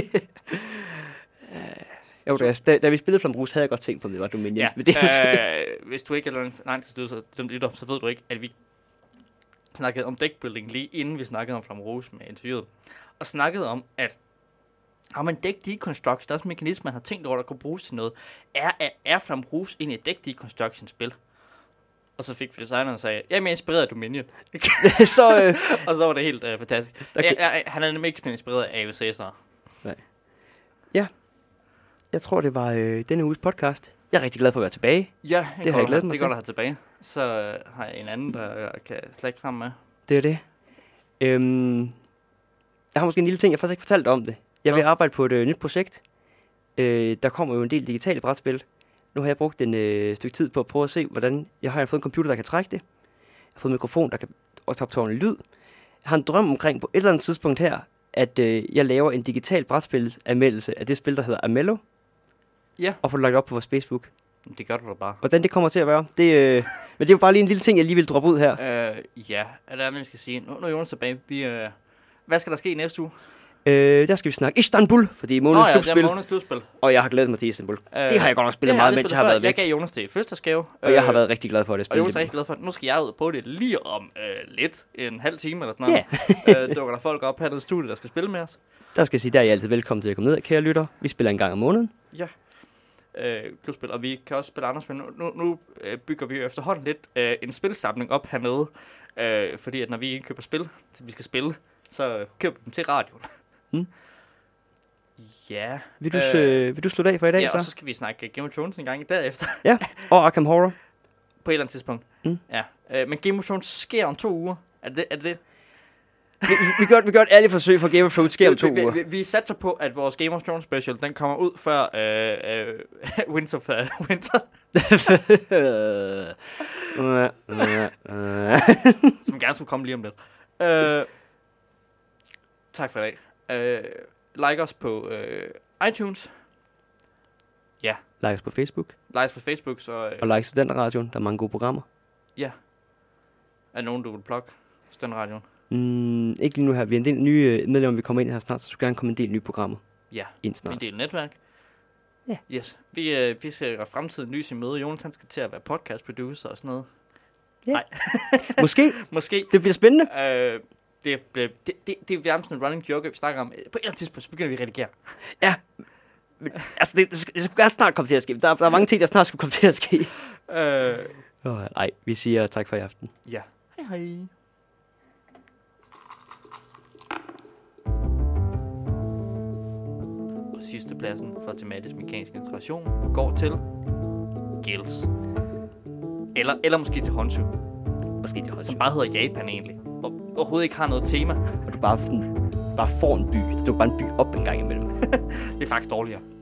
Jo, da vi spillede Flamrouge, havde jeg godt tænkt på, at det var Dominion. Ja, men det hvis du ikke er langt til stød, så ved du ikke, at vi snakkede om deckbuilding lige inden vi snakkede om Flamrouge med interviewet. Og snakkede om, at har man deck deconstruction, der er også en mekanisme, man har tænkt over, der kunne bruges til noget. Er Flamrouge egentlig et deck deconstruction spil? Og så fik vi designeren og sagde, jeg er mere inspireret af Dominion. Og så var det helt fantastisk. Han er nemlig ikke inspireret af AVC, så. Nej. Ja. Jeg tror, det var denne uges podcast. Jeg er rigtig glad for at være tilbage. Ja, det har jeg glædet mig til. Det er godt at have tilbage. Så har jeg en anden, der kan slække sammen med. Det er det. Jeg har måske en lille ting, jeg faktisk ikke fortalt om det. Jeg vil arbejde på et nyt projekt. Der kommer jo en del digitale brætspil. Nu har jeg brugt en stykke tid på at prøve at se, hvordan... Jeg har fået en computer, der kan trække det. Jeg har fået en mikrofon, der kan optage lyd. Jeg har en drøm omkring på et eller andet tidspunkt her, at jeg laver en digital brætspilsanmeldelse af det spil, der hedder Amello. Ja. Og får det lagt op på vores Facebook. Det gør du da bare. Hvordan det kommer til at være. Men det er jo bare lige en lille ting, jeg lige vil droppe ud her. Ja, er det andet, vi skal sige. Nu er Jonas tilbage. Hvad skal der ske næste uge? Der skal vi snakke Istanbul, fordi månedens klubspil. det er månedens klubspil. Og jeg har glædet mig til Istanbul. Det har jeg godt nok spillet meget, mens jeg har været væk. Jeg gav Jonas det i fødselsdagsgave. Og jeg har været rigtig glad for det. Og Jonas er rigtig glad for det. Nu skal jeg ud på det lige om lidt. En halv time eller sådan noget. Dukker der folk op hernede i studiet, der skal spille med os. Der skal jeg sige, der er I altid velkommen til at komme ned, kære lytter. Vi spiller en gang om måneden. Ja. Klubspil, og vi kan også spille andre spil. Nu bygger vi jo efterhånden lidt en spilsamling op hernede. Fordi at når vi indkøber spil, så vi skal spille, så køber vi dem til radioen. Ja. Vil du slutte af for i dag, ja, så? og så skal vi snakke Game of Thrones en gang derefter. Ja, og Arkham Horror. På et eller andet tidspunkt. Ja. Men Game of Thrones sker om 2 uger. Er det det? Vi gør et ærligt forsøg for Game of Thrones sker om 2 uger. Vi satser på, at vores Game of Thrones special, den kommer ud før Winter. Som gerne skulle komme lige om lidt. Tak for i dag. Like os på iTunes. Ja. Like os på Facebook. Like os på Facebook. Og like Studenterradioen. Der er mange gode programmer. Ja. Er nogen, du vil plukke Studenterradioen? Ikke lige nu her. Vi er en del nye medlemmer, vi kommer ind her snart, så skulle gerne komme en del nye programmer. Ja. Ind snart. En del netværk. Ja. Yes. Vi skal gøre fremtiden lys i møde. Jonas, han skal til at være podcast producer og sådan noget. Ja. Nej. Måske. Det bliver spændende. Det er nærmest en running joke, vi snakker om. På et eller andet tidspunkt, så begynder vi at redigere. Ja. Men, altså, det skulle gerne snart komme til at ske. Der er mange ting, der snart skulle komme til at ske. Nej, vi siger tak for i aften. Ja. Hej. Og sidste pladsen for tematisk mekanisk integration går til Gills. Eller måske til Honshu. Som bare hedder Japan egentlig. Og overhovedet ikke har noget tema. Og du bare får en by. Så du bare en by op en gang imellem. Det er faktisk dårligere.